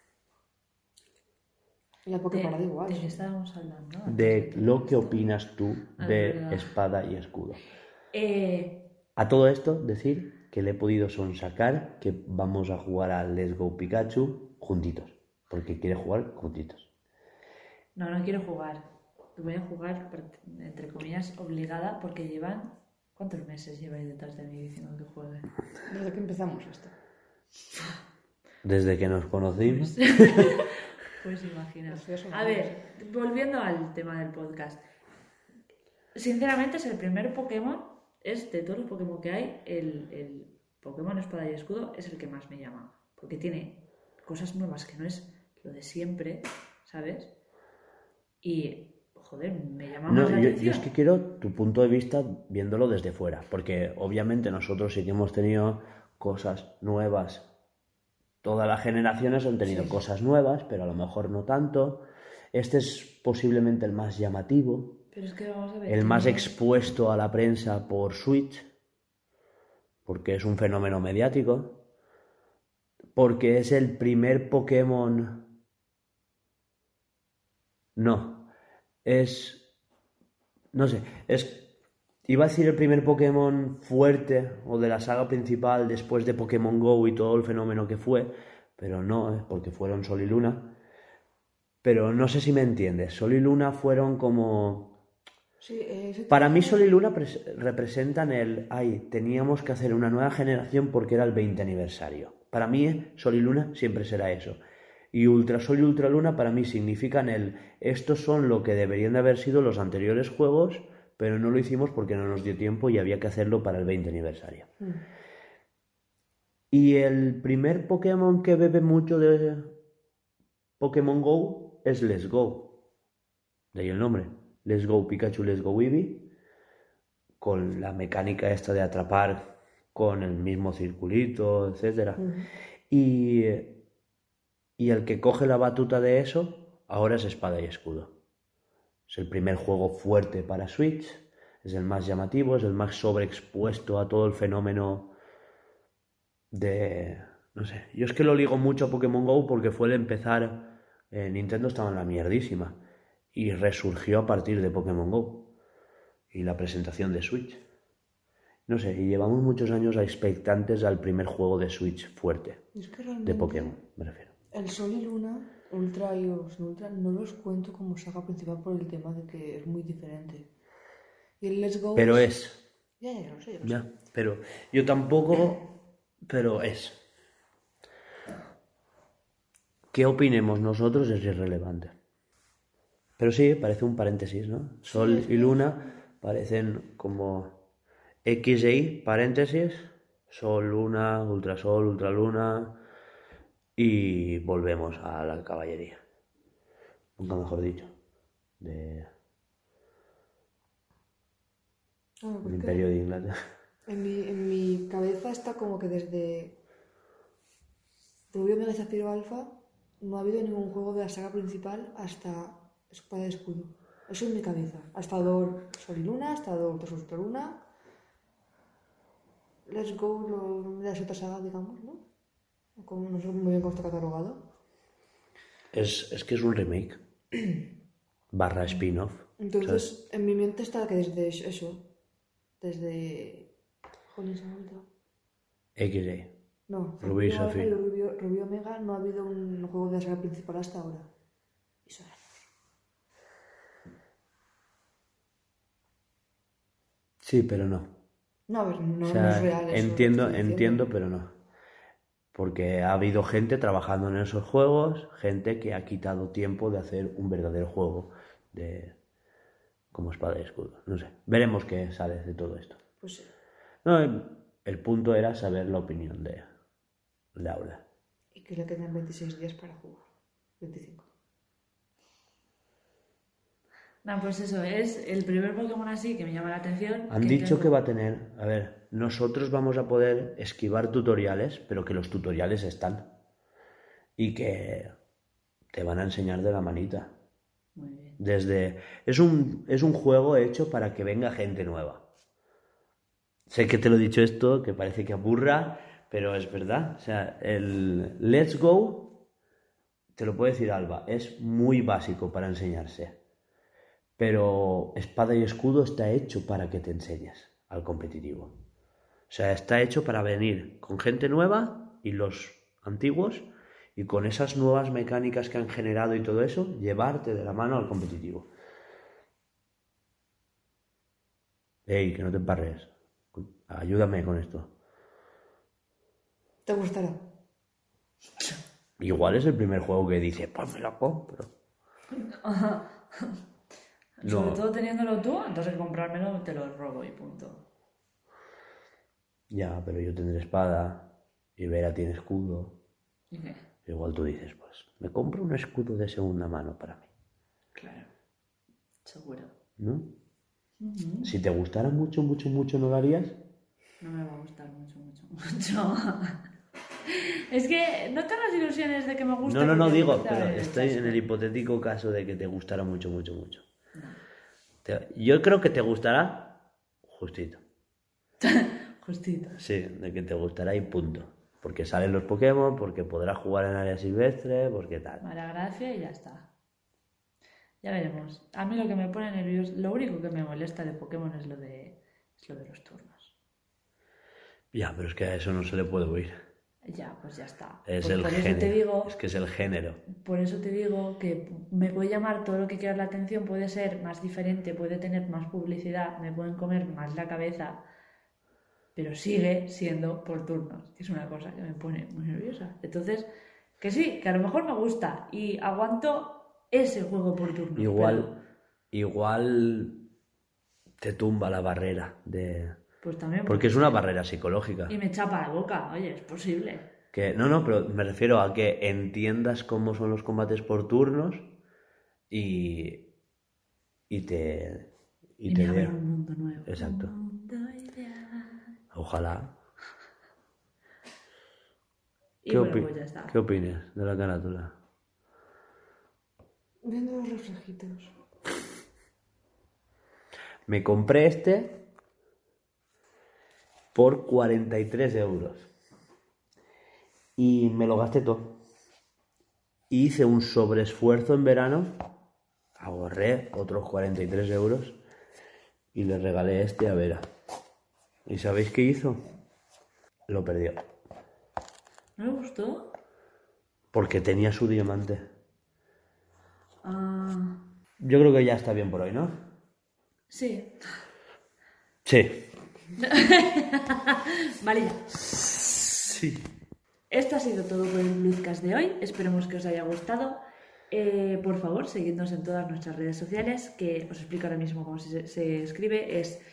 Y la Poképarada igual. ¿De qué estábamos hablando? De lo que opinas tú Ah, de verdad. espada y escudo. Eh, A todo esto, decir que le he podido sonsacar que vamos a jugar a Let's Go Pikachu juntitos. Porque quiere jugar juntitos. no quiero jugar. Voy a jugar, entre comillas, obligada, porque llevan... ¿Cuántos meses lleváis detrás de mí diciendo que juegue? Desde que empezamos esto. Desde que nos conocimos. Pues imagina. Pues eso, A ver, volviendo al tema del podcast. Sinceramente es el primer Pokémon, es de todos los Pokémon que hay, el Pokémon Espada y Escudo es el que más me llama. Porque tiene cosas nuevas que no es lo de siempre, ¿sabes? Y, joder, me llama No, más la yo atención. es que quiero tu punto de vista viéndolo desde fuera. Porque obviamente nosotros sí que hemos tenido cosas nuevas. Todas las generaciones han tenido cosas nuevas, pero a lo mejor no tanto. Este es posiblemente el más llamativo. Pero es que vamos a ver. El más tiene- expuesto a la prensa por Switch, porque es un fenómeno mediático, porque es el primer Pokémon... No, es... No sé, es... Iba a decir el primer Pokémon fuerte o de la saga principal después de Pokémon GO y todo el fenómeno que fue, pero no, porque fueron Sol y Luna. Pero no sé si me entiendes, Sol y Luna fueron como... Sí, ese Para mí tipo- Sol y Luna representan el... Ay, teníamos que hacer una nueva generación porque era el 20 aniversario. Para mí Sol y Luna siempre será eso. Y Ultrasol y Ultraluna para mí significan el... Estos son lo que deberían de haber sido los anteriores juegos, pero no lo hicimos porque no nos dio tiempo y había que hacerlo para el 20 aniversario. Y el primer Pokémon que bebe mucho de Pokémon GO es Let's Go. De ahí el nombre. Let's Go Pikachu, Let's Go Eevee. Con la mecánica esta de atrapar con el mismo circulito, etc. Y el que coge la batuta de eso ahora es Espada y Escudo. Es el primer juego fuerte para Switch. Es el más llamativo, es el más sobreexpuesto a todo el fenómeno de... No sé, yo es que lo ligo mucho a Pokémon GO porque fue el empezar... Nintendo estaba en la mierdísima y resurgió a partir de Pokémon GO y la presentación de Switch. No sé, y llevamos muchos años expectantes al primer juego de Switch fuerte, Es que de realmente Pokémon, me refiero. el Sol y Luna Ultra y los Ultra no los cuento como saga principal por el tema de que es muy diferente. Y el Let's Go... Pero es. Ya lo sé. Ya, pero yo tampoco, pero es. ¿Qué opinemos nosotros es irrelevante? Pero sí, parece un paréntesis, ¿no? Sol y Luna parecen como X e Y, paréntesis, Sol, Luna, Ultrasol, Ultraluna y volvemos a la caballería. Nunca mejor dicho. Del Imperio de Inglaterra. En mi cabeza está como que desde Rubio Mega Zafiro Alpha no ha habido ningún juego de la saga principal hasta Espada y Escudo. Eso en mi cabeza. Ha estado Sol y Luna, ha estado Ultra Luna. Let's Go de la otra saga, digamos, ¿no? Como no sé muy bien cómo está catalogado. Es que es un remake. / spin-off. Entonces, ¿sabes? en mi mente está que desde eso, desde... Jolín, se me ha olvidado. X-Y. No, Rubí y Zafiro Alpha y Zafiro. Rubio Omega no ha habido un juego de la saga principal hasta ahora. Y son años. Sí, pero no. No, a ver, no, O sea, no es real eso. entiendo, pero no. Porque ha habido gente trabajando en esos juegos, gente que ha quitado tiempo de hacer un verdadero juego como Espada y Escudo. No sé, veremos qué sale de todo esto. Pues sí. No, el punto era saber la opinión de Laura. Y que le quedan 26 días para jugar. 25. No, pues eso, es el primer Pokémon así que me llama la atención. Han dicho que va a tener, a ver, nosotros vamos a poder esquivar tutoriales, pero que los tutoriales están. Y que te van a enseñar de la manita. Muy bien. Es un juego hecho para que venga gente nueva. Sé que te lo he dicho esto, que parece que aburra, pero es verdad. O sea, el Let's Go, te lo puede decir Alba, es muy básico para enseñarse. Pero Espada y Escudo está hecho para que te enseñes al competitivo. O sea, está hecho para venir con gente nueva y los antiguos, y con esas nuevas mecánicas que han generado y todo eso, llevarte de la mano al competitivo. Ey, que no te emparres. Ayúdame con esto. ¿Te gustará? Igual es el primer juego que dice, pues me lo compro. Sobre todo teniéndolo tú, entonces comprármelo te lo robo y punto. Ya, pero yo tendré espada y Vera tiene escudo. ¿Y qué? Igual tú dices, pues, me compro un escudo de segunda mano para mí. Claro. Seguro. ¿No? Si te gustara mucho, mucho, mucho, ¿no lo harías? No me va a gustar mucho, mucho, mucho. Es que no tengo las ilusiones de que me guste. No, porque digo, me gusta pero el estoy en chasco. el hipotético caso de que te gustara mucho, mucho, mucho. No. Yo creo que te gustará justito. Justito. Sí, de que te gustará y punto. Porque salen los Pokémon, porque podrás jugar en área silvestre, porque tal. Mala gracia y ya está. Ya veremos. A mí lo que me pone nervioso, lo único que me molesta de Pokémon es lo de los turnos. Ya, pero es que a eso no se le puede huir. Ya, pues ya está. Es Pues el por género. eso te digo, Es que es el género. por eso te digo que me puede llamar todo lo que quieras la atención, puede ser más diferente, puede tener más publicidad, me pueden comer más la cabeza, pero sigue siendo por turnos, que es una cosa que me pone muy nerviosa. Entonces, que sí, que a lo mejor me gusta y aguanto ese juego por turnos. Igual te tumba la barrera de... Pues también. Porque es una barrera psicológica. Y me chapa la boca, oye, es posible. Que, no, pero me refiero a que entiendas cómo son los combates por turnos y te me abra dé- un mundo nuevo. Exacto. Un mundo ideal. Ojalá. Y bueno, pues ya está. ¿Qué opinas de la carátula? Viendo los reflejitos. Me compré este por 43 euros. Y me lo gasté todo. Hice un sobreesfuerzo en verano. Ahorré otros 43 euros. Y le regalé este a Vera. ¿Y sabéis qué hizo? Lo perdió. ¿No le gustó? Porque tenía su diamante. Yo creo que ya está bien por hoy, ¿no? Sí. Sí. Vale, ya. Sí. Esto ha sido todo por el Bluescast de hoy. Esperemos que os haya gustado. Por favor, seguidnos en todas nuestras redes sociales, que os explico ahora mismo cómo se escribe. Es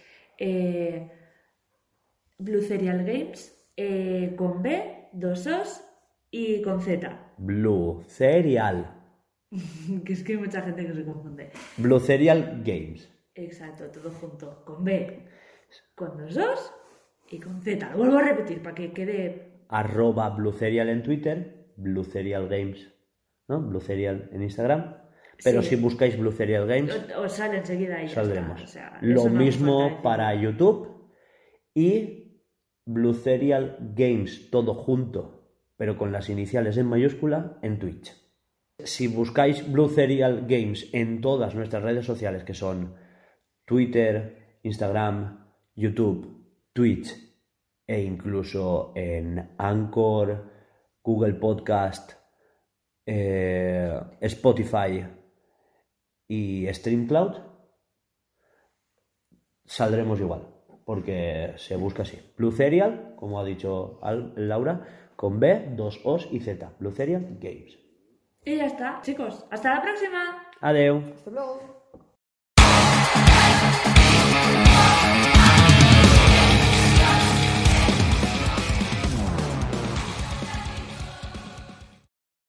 Blue Serial Games, con B, 2 Os y con Z. Blue Serial. Que es que hay mucha gente que se confunde. Blue Serial Games. Exacto, todo junto. Con B, con 2 Os y con Z. Lo vuelvo a repetir para que quede... @Blue Serial en Twitter, Blue Serial Games, ¿no? Blue Serial en Instagram. Pero Sí. si buscáis Blue Serial Games, Os sale enseguida ahí. saldremos. O sea, Lo eso no hace mismo falta decir. para YouTube y Blue Serial Games, todo junto, pero con las iniciales en mayúscula, en Twitch. Si buscáis Blue Serial Games en todas nuestras redes sociales, que son Twitter, Instagram, YouTube, Twitch e incluso en Anchor, Google Podcast, Spotify y StreamCloud, saldremos igual, porque se busca así. Blue Serial, como ha dicho Laura, con B, 2 Os y Z. Blue Serial Games. Y ya está, chicos. Hasta la próxima. Adeu. Hasta luego.